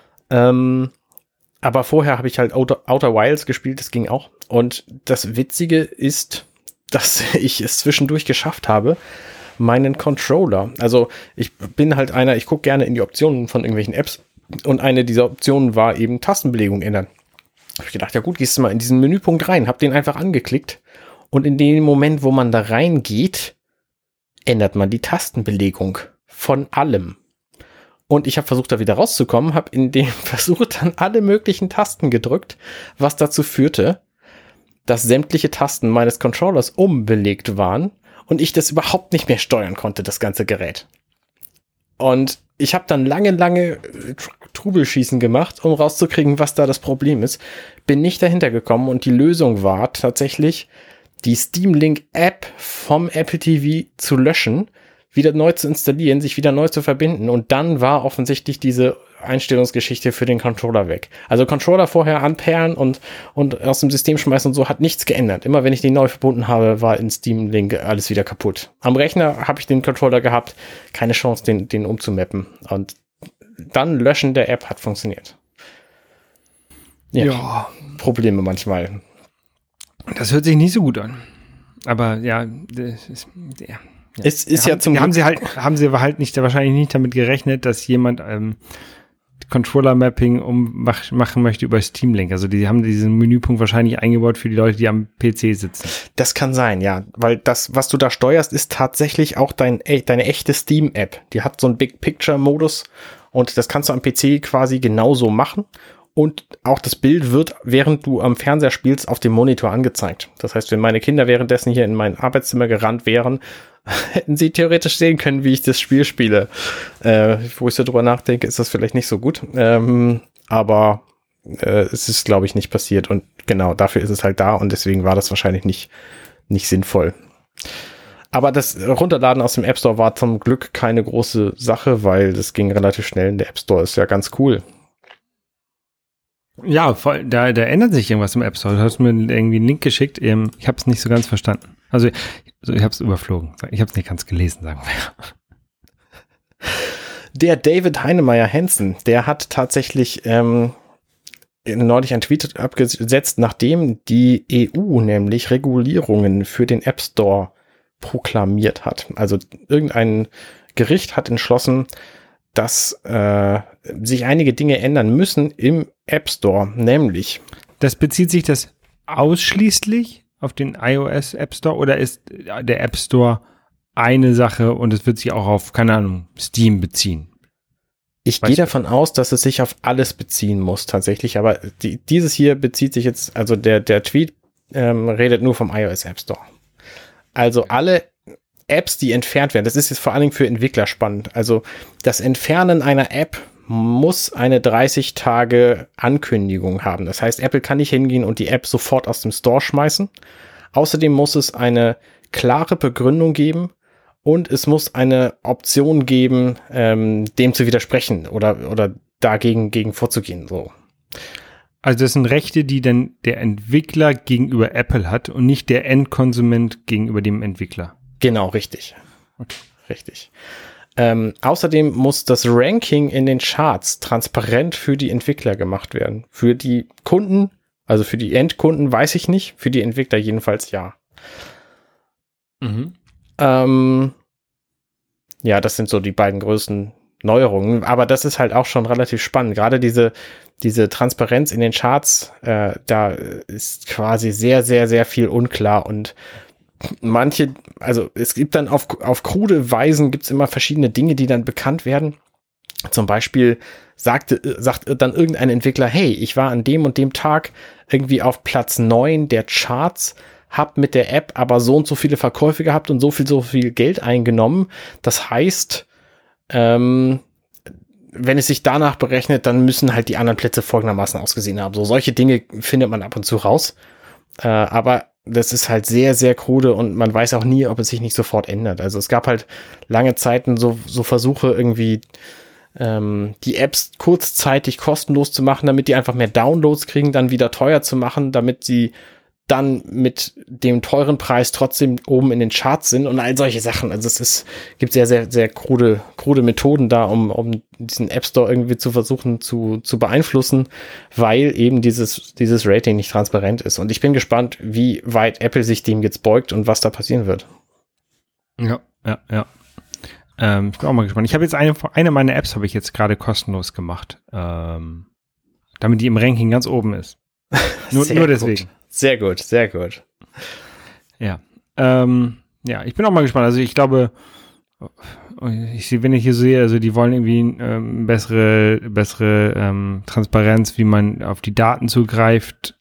Aber vorher habe ich halt Outer Wilds gespielt, das ging auch. Und das Witzige ist, dass ich es zwischendurch geschafft habe, meinen Controller. Also ich bin halt ich gucke gerne in die Optionen von irgendwelchen Apps und eine dieser Optionen war eben Tastenbelegung ändern. Habe ich gedacht, ja gut, gehst du mal in diesen Menüpunkt rein, hab den einfach angeklickt und in dem Moment, wo man da reingeht, ändert man die Tastenbelegung von allem. Und ich habe versucht, da wieder rauszukommen, habe in dem Versuch dann alle möglichen Tasten gedrückt, was dazu führte, dass sämtliche Tasten meines Controllers umbelegt waren und ich das überhaupt nicht mehr steuern konnte, das ganze Gerät. Und ich habe dann lange Trubelschießen gemacht, um rauszukriegen, was da das Problem ist. Bin nicht dahinter gekommen und die Lösung war tatsächlich, die Steam Link App vom Apple TV zu löschen, wieder neu zu installieren, sich wieder neu zu verbinden und dann war offensichtlich diese Einstellungsgeschichte für den Controller weg. Also Controller vorher anperren und aus dem System schmeißen und so hat nichts geändert. Immer wenn ich den neu verbunden habe, war in Steam Link alles wieder kaputt. Am Rechner habe ich den Controller gehabt, keine Chance, den umzumappen. Und dann Löschen der App hat funktioniert. Ja. Probleme manchmal. Das hört sich nicht so gut an. Aber ja, es ist ja zum Glück. Haben sie halt wahrscheinlich nicht damit gerechnet, dass jemand Controller-Mapping machen möchte über Steam Link. Also die haben diesen Menüpunkt wahrscheinlich eingebaut für die Leute, die am PC sitzen. Das kann sein, ja. Weil das, was du da steuerst, ist tatsächlich auch deine echte Steam-App. Die hat so einen Big-Picture-Modus und das kannst du am PC quasi genauso machen. Und auch das Bild wird, während du am Fernseher spielst, auf dem Monitor angezeigt. Das heißt, wenn meine Kinder währenddessen hier in mein Arbeitszimmer gerannt wären, hätten sie theoretisch sehen können, wie ich das Spiel spiele. Wo ich so drüber nachdenke, ist das vielleicht nicht so gut. Aber es ist, glaube ich, nicht passiert. Und genau, dafür ist es halt da. Und deswegen war das wahrscheinlich nicht sinnvoll. Aber das Runterladen aus dem App Store war zum Glück keine große Sache, weil das ging relativ schnell. In der App Store ist ja ganz cool. Ja, voll, da ändert sich irgendwas im App Store. Du hast mir irgendwie einen Link geschickt. Ich habe es nicht so ganz verstanden. Also ich habe es überflogen. Ich habe es nicht ganz gelesen, sagen wir. Der David Heinemeier Hansen, der hat tatsächlich neulich ein Tweet abgesetzt, nachdem die EU nämlich Regulierungen für den App Store proklamiert hat. Also irgendein Gericht hat entschlossen, dass sich einige Dinge ändern müssen im App Store, nämlich. Das bezieht sich das ausschließlich auf den iOS App Store oder ist der App Store eine Sache und es wird sich auch auf, keine Ahnung, Steam beziehen? Ich gehe davon aus, dass es sich auf alles beziehen muss tatsächlich, aber dieses hier bezieht sich jetzt, also der Tweet redet nur vom iOS App Store. Also alle Apps, die entfernt werden, das ist jetzt vor allen Dingen für Entwickler spannend. Also das Entfernen einer App muss eine 30 Tage Ankündigung haben. Das heißt, Apple kann nicht hingehen und die App sofort aus dem Store schmeißen. Außerdem muss es eine klare Begründung geben und es muss eine Option geben, dem zu widersprechen oder dagegen vorzugehen. So. Also das sind Rechte, die dann der Entwickler gegenüber Apple hat und nicht der Endkonsument gegenüber dem Entwickler. Genau, richtig. Okay. Richtig. Außerdem muss das Ranking in den Charts transparent für die Entwickler gemacht werden. Für die Kunden, also für die Endkunden weiß ich nicht, für die Entwickler jedenfalls ja. Mhm. Ja, das sind so die beiden größten Neuerungen, aber das ist halt auch schon relativ spannend. Gerade diese Transparenz in den Charts, da ist quasi sehr, sehr, sehr viel unklar und manche, also es gibt dann auf krude Weisen gibt's immer verschiedene Dinge, die dann bekannt werden. Zum Beispiel sagt dann irgendein Entwickler, hey, ich war an dem und dem Tag irgendwie auf Platz 9 der Charts, hab mit der App aber so und so viele Verkäufe gehabt und so viel Geld eingenommen. Das heißt, wenn es sich danach berechnet, dann müssen halt die anderen Plätze folgendermaßen ausgesehen haben. So solche Dinge findet man ab und zu raus. Aber das ist halt sehr, sehr krude und man weiß auch nie, ob es sich nicht sofort ändert. Also es gab halt lange Zeiten so Versuche irgendwie die Apps kurzzeitig kostenlos zu machen, damit die einfach mehr Downloads kriegen, dann wieder teuer zu machen, damit sie dann mit dem teuren Preis trotzdem oben in den Charts sind und all solche Sachen. Also gibt sehr, sehr, sehr krude Methoden da, um diesen App Store irgendwie zu versuchen zu beeinflussen, weil eben dieses Rating nicht transparent ist. Und ich bin gespannt, wie weit Apple sich dem jetzt beugt und was da passieren wird. Ja. Ich bin auch mal gespannt. Ich habe jetzt eine meiner Apps habe ich jetzt gerade kostenlos gemacht, damit die im Ranking ganz oben ist. Nur deswegen. Gut. Sehr gut, sehr gut. Ja. Ja, ich bin auch mal gespannt. Also ich glaube, wenn ich hier sehe, also die wollen irgendwie bessere Transparenz, wie man auf die Daten zugreift,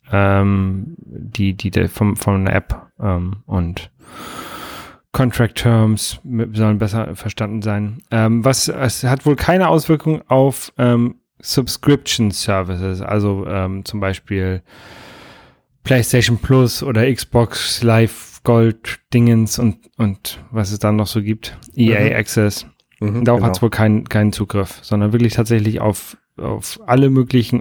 die von der App und Contract Terms sollen besser verstanden sein. Es hat wohl keine Auswirkung auf Subscription Services, also zum Beispiel PlayStation Plus oder Xbox Live Gold Dingens und was es dann noch so gibt, EA Access. Darauf hat es wohl keinen Zugriff, sondern wirklich tatsächlich auf alle möglichen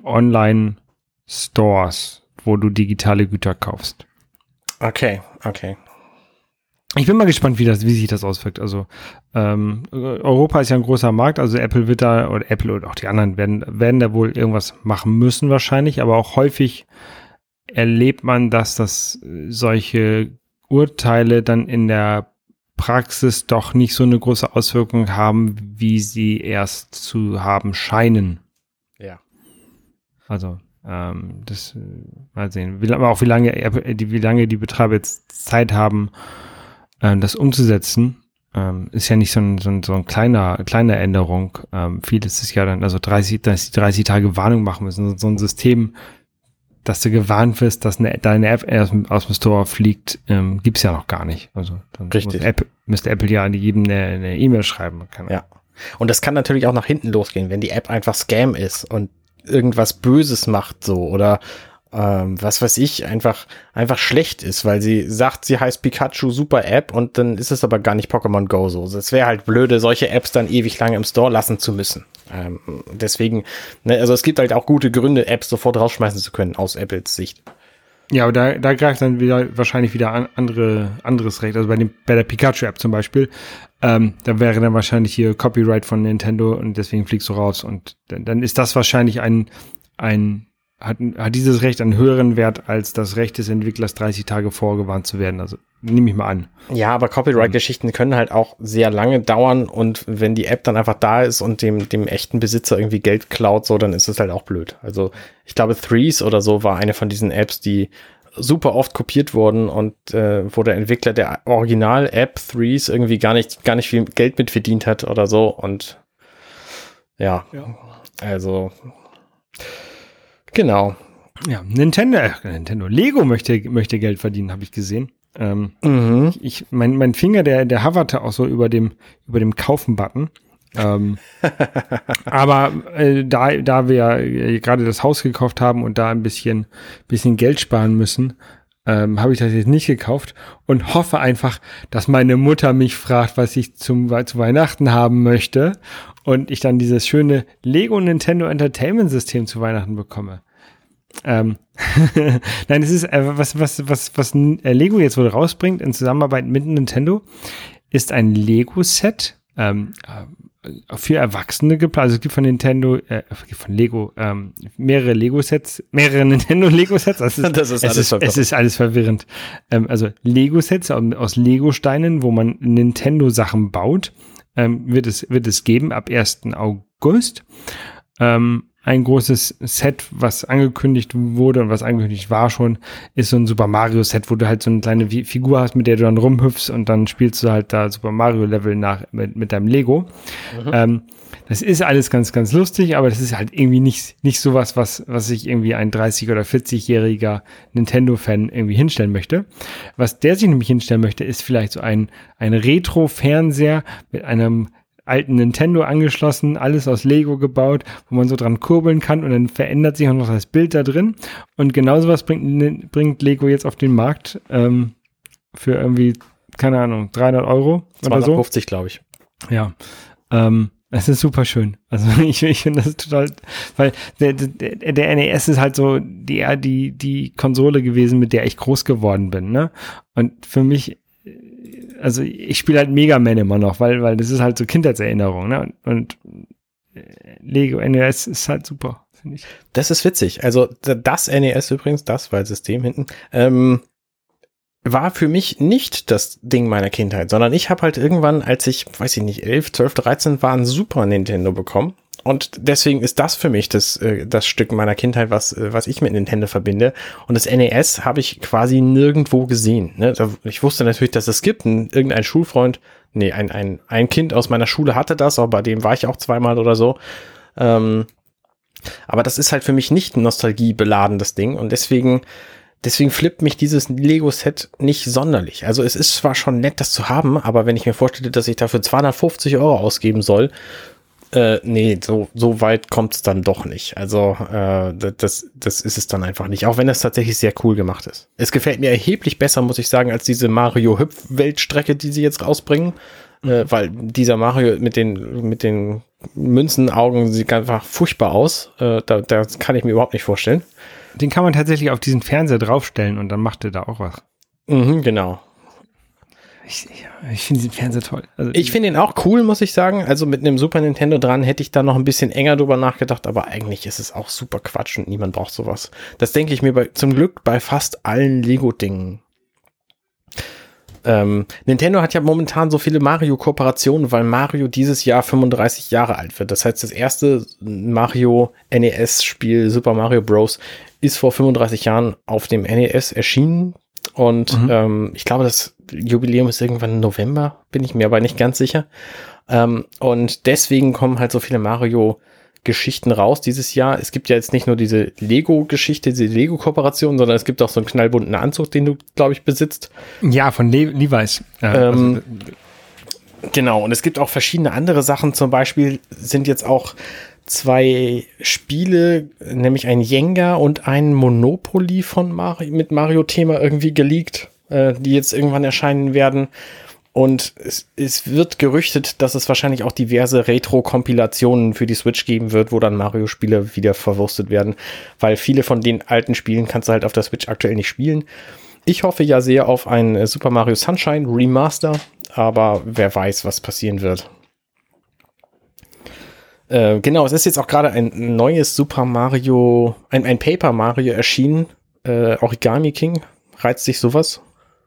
Online-Stores, wo du digitale Güter kaufst. Okay. Ich bin mal gespannt, wie sich das auswirkt. Also Europa ist ja ein großer Markt, also Apple wird da, oder Apple und auch die anderen werden da wohl irgendwas machen müssen wahrscheinlich, aber auch häufig erlebt man, dass das solche Urteile dann in der Praxis doch nicht so eine große Auswirkung haben, wie sie erst zu haben scheinen. Ja. Also das mal sehen. Wie lange die Betreiber jetzt Zeit haben, das umzusetzen, ist ja nicht so ein kleine Änderung. Vieles ist ja dann, also 30 Tage Warnung machen müssen. So ein System, dass du gewarnt wirst, dass deine App erst aus dem Store fliegt, gibt's ja noch gar nicht. Also dann müsste Apple ja an jedem eine E-Mail schreiben. Ja. Und das kann natürlich auch nach hinten losgehen, wenn die App einfach Scam ist und irgendwas Böses macht so oder was weiß ich, einfach schlecht ist, weil sie sagt, sie heißt Pikachu, super App und dann ist es aber gar nicht Pokémon Go so. Es wäre halt blöde, solche Apps dann ewig lange im Store lassen zu müssen. Deswegen, ne, also es gibt halt auch gute Gründe, Apps sofort rausschmeißen zu können, aus Apples Sicht. Ja, aber da greift dann wahrscheinlich wieder anderes Recht. Also bei der Pikachu-App zum Beispiel, da wäre dann wahrscheinlich hier Copyright von Nintendo und deswegen fliegst du raus. Und dann ist das wahrscheinlich hat dieses Recht einen höheren Wert als das Recht des Entwicklers, 30 Tage vorgewarnt zu werden. Also nehme ich mal an. Ja, aber Copyright-Geschichten können halt auch sehr lange dauern und wenn die App dann einfach da ist und dem echten Besitzer irgendwie Geld klaut, so, dann ist es halt auch blöd. Also ich glaube, Threes oder so war eine von diesen Apps, die super oft kopiert wurden und wo der Entwickler der Original-App Threes irgendwie gar nicht viel Geld mit verdient hat oder so und ja. Also genau. Ja, Nintendo. Lego möchte Geld verdienen, habe ich gesehen. Mein Finger, der hoverte auch so über dem Kaufen-Button. Aber da wir ja gerade das Haus gekauft haben und da ein bisschen Geld sparen müssen, habe ich das jetzt nicht gekauft und hoffe einfach, dass meine Mutter mich fragt, was ich zu Weihnachten haben möchte und ich dann dieses schöne Lego Nintendo Entertainment System zu Weihnachten bekomme. Nein, es ist was Lego jetzt wohl rausbringt in Zusammenarbeit mit Nintendo, ist ein Lego-Set für Erwachsene geplant. Also es gibt von Nintendo, von Lego mehrere Lego-Sets, mehrere Nintendo-Lego-Sets. Es ist alles verwirrend. Also Lego-Sets aus Lego-Steinen, wo man Nintendo-Sachen baut, wird es geben ab 1. August. Ein großes Set, was angekündigt wurde und was angekündigt war schon, ist so ein Super Mario Set, wo du halt so eine kleine Figur hast, mit der du dann rumhüpfst und dann spielst du halt da Super Mario Level mit deinem Lego. Das ist alles ganz, ganz lustig, aber das ist halt irgendwie nicht sowas, was sich irgendwie ein 30- oder 40-jähriger Nintendo-Fan irgendwie hinstellen möchte. Was der sich nämlich hinstellen möchte, ist vielleicht so ein Retro-Fernseher mit einem alten Nintendo angeschlossen, alles aus Lego gebaut, wo man so dran kurbeln kann und dann verändert sich auch noch das Bild da drin. Und genau sowas bringt Lego jetzt auf den Markt für irgendwie, keine Ahnung, 300 € oder so. 250, glaube ich. Ja, es ist super schön. Also ich finde das total, weil der NES ist halt so die Konsole gewesen, mit der ich groß geworden bin, ne? Und für mich, also ich spiele halt Mega Man immer noch, weil das ist halt so Kindheitserinnerung, ne? Und Lego NES ist halt super, finde ich. Das ist witzig. Also das NES übrigens, das war das System hinten, war für mich nicht das Ding meiner Kindheit, sondern ich habe halt irgendwann, als ich, weiß ich nicht, 11, 12, 13 war, ein Super Nintendo bekommen. Und deswegen ist das für mich das Stück meiner Kindheit, was ich mit Nintendo verbinde. Und das NES habe ich quasi nirgendwo gesehen. Ne? Ich wusste natürlich, dass es gibt. Irgendein Schulfreund, ein Kind aus meiner Schule hatte das, aber bei dem war ich auch zweimal oder so. Aber das ist halt für mich nicht ein nostalgiebeladenes Ding. Und deswegen flippt mich dieses Lego-Set nicht sonderlich. Also es ist zwar schon nett, das zu haben, aber wenn ich mir vorstelle, dass ich dafür 250 € ausgeben soll, nee, so weit kommt es dann doch nicht. Also das ist es dann einfach nicht, auch wenn das tatsächlich sehr cool gemacht ist. Es gefällt mir erheblich besser, muss ich sagen, als diese Mario-Hüpf-Weltstrecke, die sie jetzt rausbringen, weil dieser Mario mit den Münzenaugen sieht einfach furchtbar aus. Da kann ich mir überhaupt nicht vorstellen. Den kann man tatsächlich auf diesen Fernseher draufstellen und dann macht er da auch was. Mhm, genau. Ich finde den Fernseher toll. Also ich finde ihn auch cool, muss ich sagen. Also mit einem Super Nintendo dran hätte ich da noch ein bisschen enger drüber nachgedacht, aber eigentlich ist es auch super Quatsch und niemand braucht sowas. Das denke ich mir zum Glück bei fast allen Lego-Dingen. Nintendo hat ja momentan so viele Mario-Kooperationen, weil Mario dieses Jahr 35 Jahre alt wird. Das heißt, das erste Mario NES-Spiel Super Mario Bros. Ist vor 35 Jahren auf dem NES erschienen. Und ich glaube, das Jubiläum ist irgendwann im November, bin ich mir aber nicht ganz sicher. Und deswegen kommen halt so viele Mario-Geschichten raus dieses Jahr. Es gibt ja jetzt nicht nur diese Lego-Geschichte, diese Lego-Kooperation, sondern es gibt auch so einen knallbunten Anzug, den du, glaube ich, besitzt. Ja, von Levi's. Genau, und es gibt auch verschiedene andere Sachen. Zum Beispiel sind jetzt auch 2 Spiele, nämlich ein Jenga und ein Monopoly von mit Mario-Thema irgendwie geleakt, die jetzt irgendwann erscheinen werden. Und es wird gerüchtet, dass es wahrscheinlich auch diverse Retro-Kompilationen für die Switch geben wird, wo dann Mario-Spiele wieder verwurstet werden, weil viele von den alten Spielen kannst du halt auf der Switch aktuell nicht spielen. Ich hoffe ja sehr auf ein Super Mario Sunshine Remaster, aber wer weiß, was passieren wird. Genau, es ist jetzt auch gerade ein neues Super Mario, ein Paper Mario erschienen. Origami King, reizt sich sowas?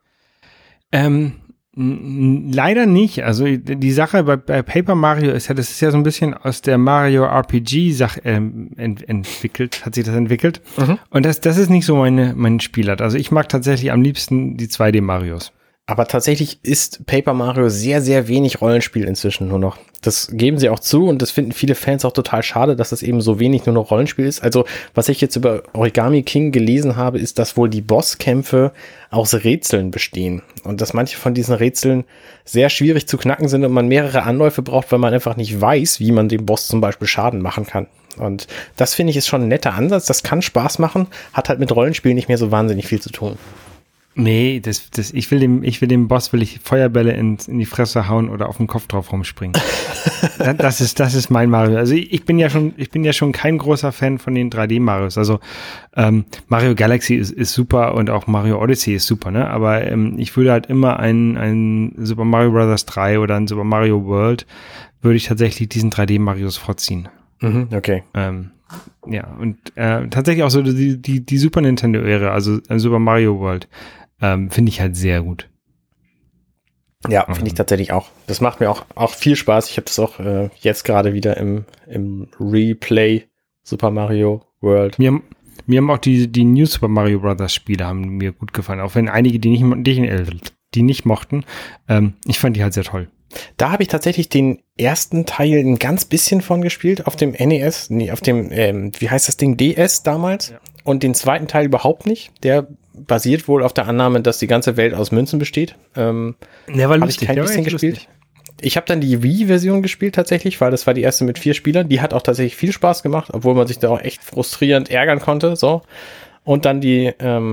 Leider nicht. Also die Sache bei Paper Mario ist ja, das ist ja so ein bisschen aus der Mario RPG-Sache entwickelt, hat sich das entwickelt. Mhm. Und das ist nicht so mein Spielart. Also ich mag tatsächlich am liebsten die 2D-Marios. Aber tatsächlich ist Paper Mario sehr, sehr wenig Rollenspiel inzwischen nur noch. Das geben sie auch zu und das finden viele Fans auch total schade, dass es eben so wenig nur noch Rollenspiel ist. Also was ich jetzt über Origami King gelesen habe, ist, dass wohl die Bosskämpfe aus Rätseln bestehen. Und dass manche von diesen Rätseln sehr schwierig zu knacken sind und man mehrere Anläufe braucht, weil man einfach nicht weiß, wie man dem Boss zum Beispiel Schaden machen kann. Und das finde ich ist schon ein netter Ansatz. Das kann Spaß machen, hat halt mit Rollenspiel nicht mehr so wahnsinnig viel zu tun. Nee, ich will dem Boss Feuerbälle in die Fresse hauen oder auf den Kopf drauf rumspringen. Das ist mein Mario. Also ich bin ja schon kein großer Fan von den 3D-Marios. Also Mario Galaxy ist super und auch Mario Odyssey ist super, ne? Aber ich würde halt immer ein Super Mario Bros. 3 oder ein Super Mario World würde ich tatsächlich diesen 3D-Marios vorziehen. Mhm, okay. Ja, und tatsächlich auch so die Super Nintendo-Ära, also Super Mario World. Finde ich halt sehr gut. Ja, finde ich tatsächlich auch. Das macht mir auch viel Spaß. Ich habe das auch jetzt gerade wieder im Replay Super Mario World. Mir haben auch die New Super Mario Bros. Spiele haben mir gut gefallen, auch wenn einige die nicht mochten. Ich fand die halt sehr toll. Da habe ich tatsächlich den ersten Teil ein ganz bisschen von gespielt, auf dem NES, auf dem, wie heißt das Ding, DS damals. Ja. Und den zweiten Teil überhaupt nicht. Der basiert wohl auf der Annahme, dass die ganze Welt aus Münzen besteht. Der war lustig. Hab ich kein bisschen gespielt. Lustig. Ich habe dann die Wii-Version gespielt tatsächlich, weil das war die erste mit 4 Spielern. Die hat auch tatsächlich viel Spaß gemacht, obwohl man sich da auch echt frustrierend ärgern konnte. So. Und dann die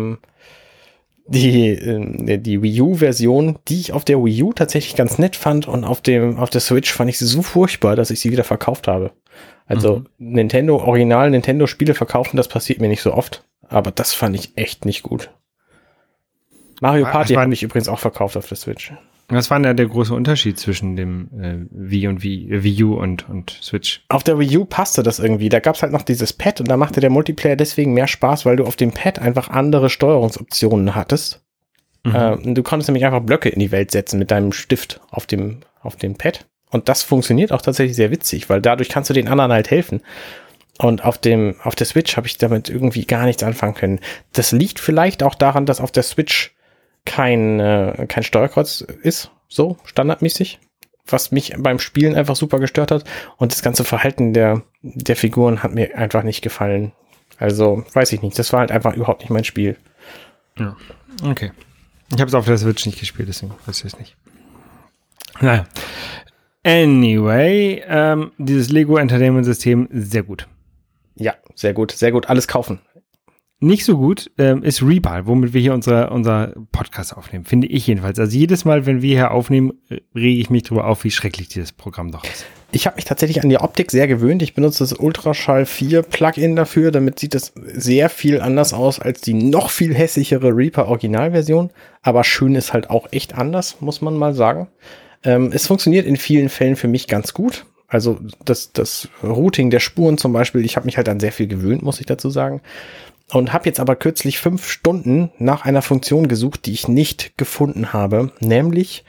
Wii U-Version, die ich auf der Wii U tatsächlich ganz nett fand und auf der Switch fand ich sie so furchtbar, dass ich sie wieder verkauft habe. Also Original Nintendo-Spiele verkaufen, das passiert mir nicht so oft. Aber das fand ich echt nicht gut. Mario Party habe ich übrigens auch verkauft auf der Switch. Was war denn der große Unterschied zwischen dem Wii U und Switch? Auf der Wii U passte das irgendwie. Da gab es halt noch dieses Pad und da machte der Multiplayer deswegen mehr Spaß, weil du auf dem Pad einfach andere Steuerungsoptionen hattest. Du konntest nämlich einfach Blöcke in die Welt setzen mit deinem Stift auf dem Pad. Und das funktioniert auch tatsächlich sehr witzig, weil dadurch kannst du den anderen halt helfen. Und auf der Switch habe ich damit irgendwie gar nichts anfangen können. Das liegt vielleicht auch daran, dass auf der Switch kein Steuerkreuz ist, so standardmäßig, was mich beim Spielen einfach super gestört hat. Und das ganze Verhalten der Figuren hat mir einfach nicht gefallen. Also, weiß ich nicht, das war halt einfach überhaupt nicht mein Spiel. Ja, okay. Ich habe es auf der Switch nicht gespielt, deswegen weiß ich es nicht. Naja. Anyway, dieses Lego Entertainment System, sehr gut. Ja, sehr gut, sehr gut. Alles kaufen. nicht so gut ist Reaper, womit wir hier unser Podcast aufnehmen, finde ich jedenfalls. Also jedes Mal, wenn wir hier aufnehmen, rege ich mich darüber auf, wie schrecklich dieses Programm doch ist. Ich habe mich tatsächlich an die Optik sehr gewöhnt. Ich benutze das Ultraschall 4 Plugin dafür. Damit sieht es sehr viel anders aus als die noch viel hässlichere Reaper Originalversion. Aber schön ist halt auch echt anders, muss man mal sagen. Es funktioniert in vielen Fällen für mich ganz gut. Also das Routing der Spuren zum Beispiel, ich habe mich halt an sehr viel gewöhnt, muss ich dazu sagen. Und habe jetzt aber kürzlich 5 Stunden nach einer Funktion gesucht, die ich nicht gefunden habe. Nämlich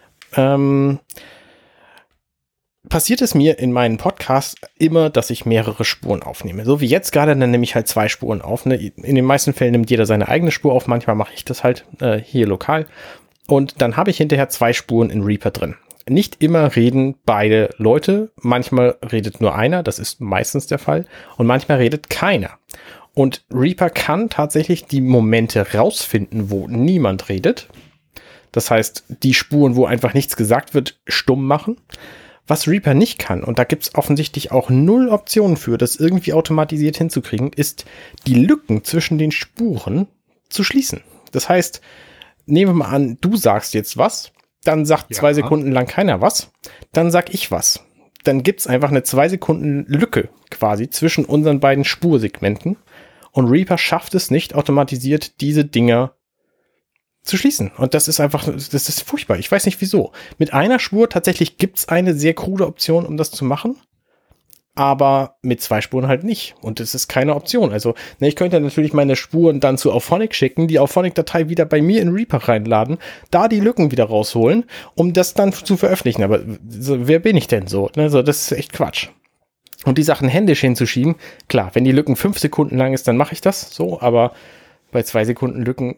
passiert es mir in meinen Podcasts immer, dass ich mehrere Spuren aufnehme. So wie jetzt gerade, dann nehme ich halt 2 Spuren auf. Ne? In den meisten Fällen nimmt jeder seine eigene Spur auf. Manchmal mache ich das halt hier lokal. Und dann habe ich hinterher 2 Spuren in Reaper drin. Nicht immer reden beide Leute. Manchmal redet nur einer. Das ist meistens der Fall. Und manchmal redet keiner. Und Reaper kann tatsächlich die Momente rausfinden, wo niemand redet. Das heißt, die Spuren, wo einfach nichts gesagt wird, stumm machen. Was Reaper nicht kann, und da gibt es offensichtlich auch 0 Optionen für, das irgendwie automatisiert hinzukriegen, ist die Lücken zwischen den Spuren zu schließen. Das heißt, nehmen wir mal an, du sagst jetzt was, dann sagt 2 Sekunden lang keiner was, dann sag ich was. Dann gibt es einfach eine 2 Sekunden Lücke quasi zwischen unseren beiden Spursegmenten und Reaper schafft es nicht, automatisiert diese Dinger zu schließen. Und das ist einfach, das ist furchtbar. Ich weiß nicht wieso. Mit einer Spur tatsächlich gibt es eine sehr krude Option, um das zu machen, aber mit 2 Spuren halt nicht. Und das ist keine Option. Also, ich könnte natürlich meine Spuren dann zu Auphonic schicken, die Auphonic-Datei wieder bei mir in Reaper reinladen, da die Lücken wieder rausholen, um das dann zu veröffentlichen. Aber wer bin ich denn so? Also, das ist echt Quatsch. Und die Sachen händisch hinzuschieben, klar, wenn die Lücken 5 Sekunden lang ist, dann mache ich das so, aber bei 2 Sekunden Lücken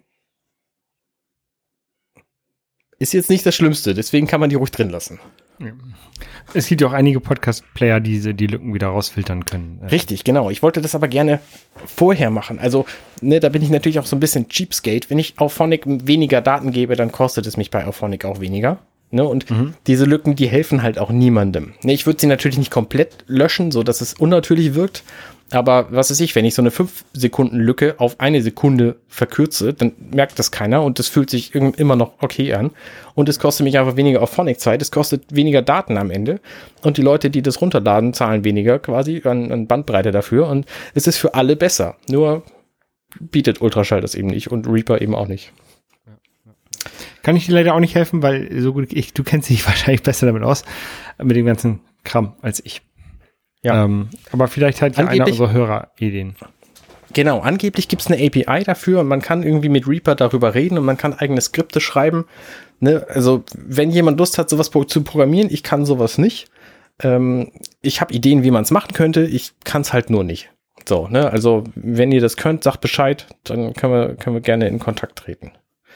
ist jetzt nicht das Schlimmste, deswegen kann man die ruhig drin lassen. Es gibt ja auch einige Podcast-Player, die die Lücken wieder rausfiltern können. Richtig, genau. Ich wollte das aber gerne vorher machen. Also, da bin ich natürlich auch so ein bisschen Cheapskate. Wenn ich Auphonic weniger Daten gebe, dann kostet es mich bei Auphonic auch weniger. Und diese Lücken, die helfen halt auch niemandem. Ich würde sie natürlich nicht komplett löschen, so dass es unnatürlich wirkt. Aber was weiß ich, wenn ich so eine 5-Sekunden-Lücke auf 1 Sekunde verkürze, dann merkt das keiner und das fühlt sich immer noch okay an. Und es kostet mich einfach weniger Auphonic-Zeit, es kostet weniger Daten am Ende. Und die Leute, die das runterladen, zahlen weniger quasi an Bandbreite dafür. Und es ist für alle besser. Nur bietet Ultraschall das eben nicht und Reaper eben auch nicht. Kann ich dir leider auch nicht helfen, weil so gut du kennst dich wahrscheinlich besser damit aus, mit dem ganzen Kram als ich. Ja. Aber vielleicht hat ja einer unserer Hörer Ideen. Genau, angeblich gibt es eine API dafür und man kann irgendwie mit Reaper darüber reden und man kann eigene Skripte schreiben. Also wenn jemand Lust hat, sowas zu programmieren, ich kann sowas nicht. Ich habe Ideen, wie man es machen könnte, ich kann es halt nur nicht. So, also wenn ihr das könnt, sagt Bescheid, dann können wir gerne in Kontakt treten.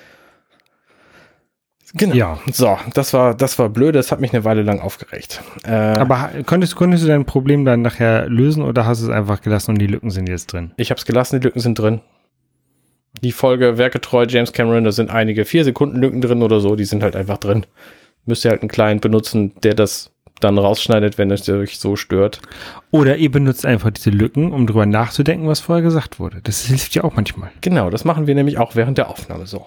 Genau. Ja. So, das war blöd, das hat mich eine Weile lang aufgeregt. Aber konntest du dein Problem dann nachher lösen oder hast du es einfach gelassen und die Lücken sind jetzt drin? Ich habe es gelassen, die Lücken sind drin. Die Folge Werkgetreu James Cameron, da sind einige 4 Sekunden Lücken drin oder so, die sind halt einfach drin. Müsst ihr halt einen Client benutzen, der das dann rausschneidet, wenn es euch so stört. Oder ihr benutzt einfach diese Lücken, um drüber nachzudenken, was vorher gesagt wurde. Das hilft ja auch manchmal. Genau, das machen wir nämlich auch während der Aufnahme so.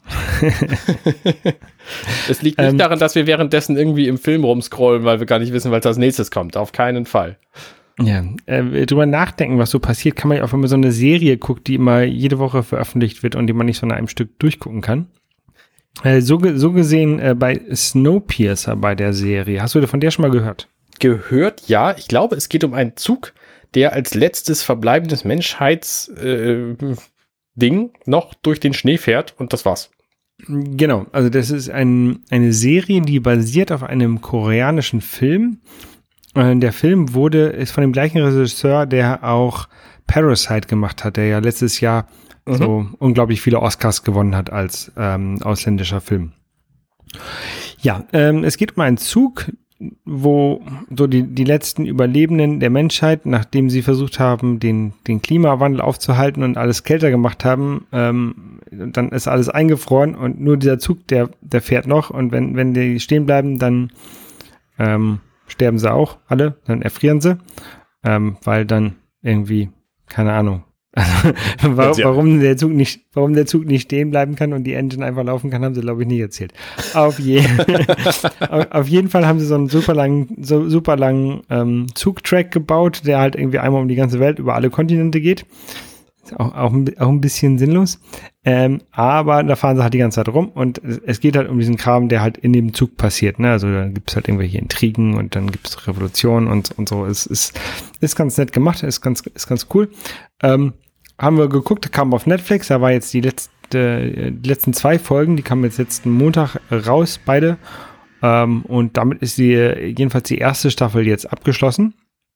Es liegt nicht daran, dass wir währenddessen irgendwie im Film rumscrollen, weil wir gar nicht wissen, was als nächstes kommt. Auf keinen Fall. Ja, drüber nachdenken, was so passiert, kann man ja auch, wenn man so eine Serie guckt, die immer jede Woche veröffentlicht wird und die man nicht so in einem Stück durchgucken kann. So gesehen bei Snowpiercer bei der Serie. Hast du von der schon mal gehört? Gehört, ja. Ich glaube, es geht um einen Zug, der als letztes verbleibendes Menschheitsding noch durch den Schnee fährt und das war's. Genau, also das ist eine Serie, die basiert auf einem koreanischen Film. Der Film ist von dem gleichen Regisseur, der auch Parasite gemacht hat, der ja letztes Jahr so unglaublich viele Oscars gewonnen hat als ausländischer Film. Ja, es geht um einen Zug, wo so die letzten Überlebenden der Menschheit, nachdem sie versucht haben, den Klimawandel aufzuhalten und alles kälter gemacht haben, dann ist alles eingefroren und nur dieser Zug, der fährt noch und wenn die stehen bleiben, dann sterben sie auch alle, dann erfrieren sie, weil dann irgendwie, keine Ahnung, Also, warum der Zug nicht stehen bleiben kann und die Engine einfach laufen kann, haben sie, glaube ich, nie erzählt. Auf jeden Fall haben sie so einen super langen Zugtrack gebaut, der halt irgendwie einmal um die ganze Welt über alle Kontinente geht. Ist auch ein bisschen sinnlos. Aber da fahren sie halt die ganze Zeit rum und es geht halt um diesen Kram, der halt in dem Zug passiert. Ne? Also da gibt es halt irgendwelche Intrigen und dann gibt es Revolutionen und so. Es ist ganz nett gemacht, ist ganz cool. Haben wir geguckt, kam auf Netflix, da war jetzt die letzten 2 Folgen, die kamen jetzt letzten Montag raus, beide. Und damit ist jedenfalls die erste Staffel jetzt abgeschlossen.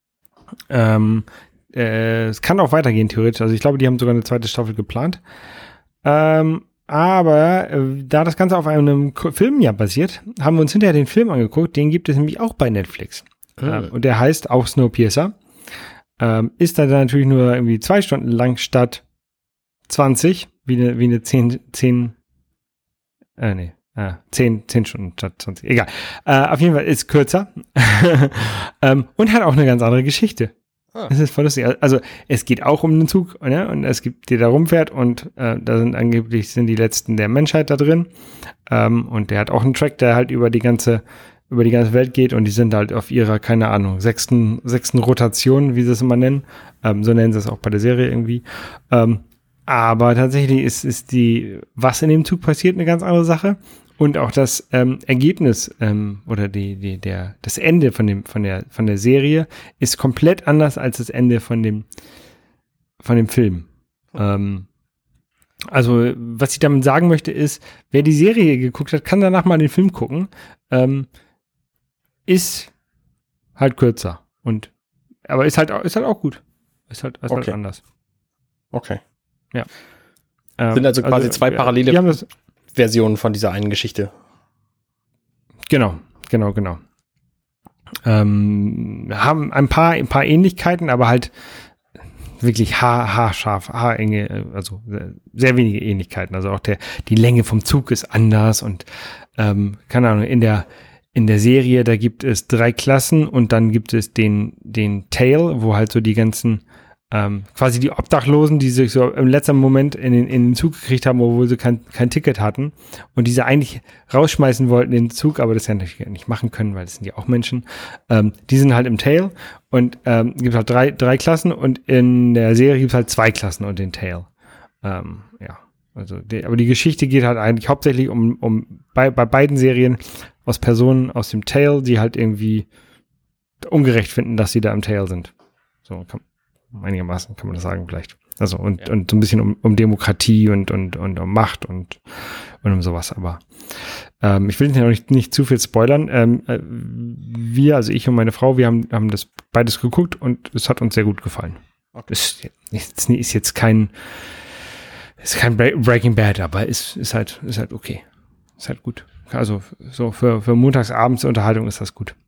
Es kann auch weitergehen, theoretisch. Also ich glaube, die haben sogar eine zweite Staffel geplant. Aber da das Ganze auf einem Film ja basiert, haben wir uns hinterher den Film angeguckt. Den gibt es nämlich auch bei Netflix. Und der heißt auch Snowpiercer. Ist da dann natürlich nur irgendwie 2 Stunden lang statt 20, wie eine 10 Stunden statt 20. Egal. Auf jeden Fall ist kürzer. Und hat auch eine ganz andere Geschichte. Das ist voll lustig. Also es geht auch um den Zug, ne? Und es gibt, der da rumfährt und da sind angeblich die Letzten der Menschheit da drin. Und der hat auch einen Track, der halt über die ganze Welt geht und die sind halt auf ihrer, keine Ahnung, sechsten Rotation, wie sie es immer nennen. So nennen sie es auch bei der Serie irgendwie. Aber tatsächlich ist was in dem Zug passiert, eine ganz andere Sache. Und auch das Ergebnis oder das Ende von der Serie ist komplett anders als das Ende von dem Film. Also was ich damit sagen möchte ist, wer die Serie geguckt hat, kann danach mal den Film gucken. Ist halt kürzer aber ist halt auch gut. Ist halt anders. Okay. Ja. Sind also quasi 2 parallele Versionen von dieser einen Geschichte. Genau. Haben ein paar Ähnlichkeiten, aber halt wirklich haarenge, also sehr wenige Ähnlichkeiten. Also auch die Länge vom Zug ist anders und keine Ahnung, in der Serie, da gibt es 3 Klassen und dann gibt es den Tail, wo halt so die ganzen quasi die Obdachlosen, die sich so im letzten Moment in den Zug gekriegt haben, obwohl sie kein Ticket hatten und diese eigentlich rausschmeißen wollten in den Zug, aber das ja nicht machen können, weil das sind ja auch Menschen. Die sind halt im Tail und gibt halt drei Klassen und in der Serie gibt es halt 2 Klassen und den Tail. Also aber die Geschichte geht halt eigentlich hauptsächlich bei beiden Serien aus Personen aus dem Tail, die halt irgendwie ungerecht finden, dass sie da im Tail sind. So einigermaßen kann man das sagen vielleicht. Also und so ein bisschen um Demokratie und um Macht und um sowas. Aber ich will nicht zu viel spoilern. Also ich und meine Frau, wir haben das beides geguckt und es hat uns sehr gut gefallen. Okay. Ist jetzt kein Breaking Bad, aber ist halt okay. Ist halt gut. Also so für Montagsabends-Unterhaltung ist das gut.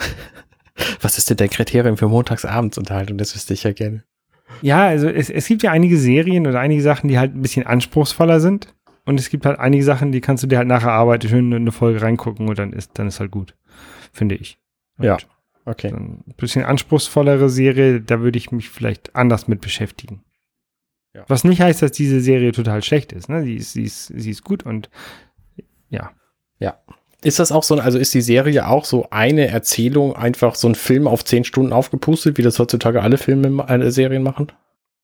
Was ist denn der Kriterium für Montagsabends-Unterhaltung? Das wüsste ich ja gerne. Ja, also es gibt ja einige Serien oder einige Sachen, die halt ein bisschen anspruchsvoller sind. Und es gibt halt einige Sachen, die kannst du dir halt nach der Arbeit schön in eine Folge reingucken und dann ist halt gut. Finde ich. Und ja, okay. So ein bisschen anspruchsvollere Serie, da würde ich mich vielleicht anders mit beschäftigen. Ja. Was nicht heißt, dass diese Serie total schlecht ist. Ne? Sie ist gut und ja. Ja. Ist das auch also ist die Serie auch so eine Erzählung, einfach so ein Film auf 10 Stunden aufgepustet, wie das heutzutage alle Serien machen?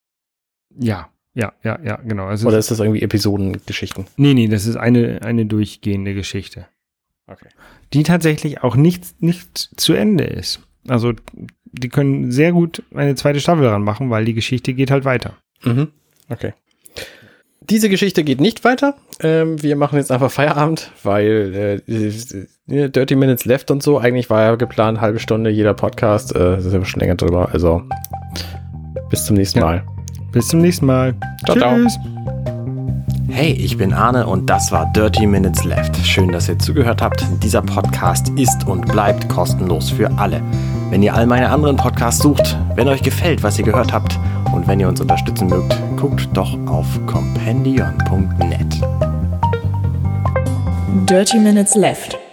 Ja, genau. Also oder ist das irgendwie Episodengeschichten? Nee, das ist eine durchgehende Geschichte. Okay. Die tatsächlich auch nicht zu Ende ist. Also die können sehr gut eine zweite Staffel daran machen, weil die Geschichte geht halt weiter. Mhm. Okay. Diese Geschichte geht nicht weiter. Wir machen jetzt einfach Feierabend, weil Dirty Minutes Left und so. Eigentlich war ja geplant, halbe Stunde jeder Podcast. Das ist aber schon länger drüber. Also bis zum nächsten Mal. Bis zum nächsten Mal. Tschüss. Hey, ich bin Arne und das war Dirty Minutes Left. Schön, dass ihr zugehört habt. Dieser Podcast ist und bleibt kostenlos für alle. Wenn ihr all meine anderen Podcasts sucht, wenn euch gefällt, was ihr gehört habt und wenn ihr uns unterstützen mögt, guckt doch auf compendion.net. Dirty Minutes Left.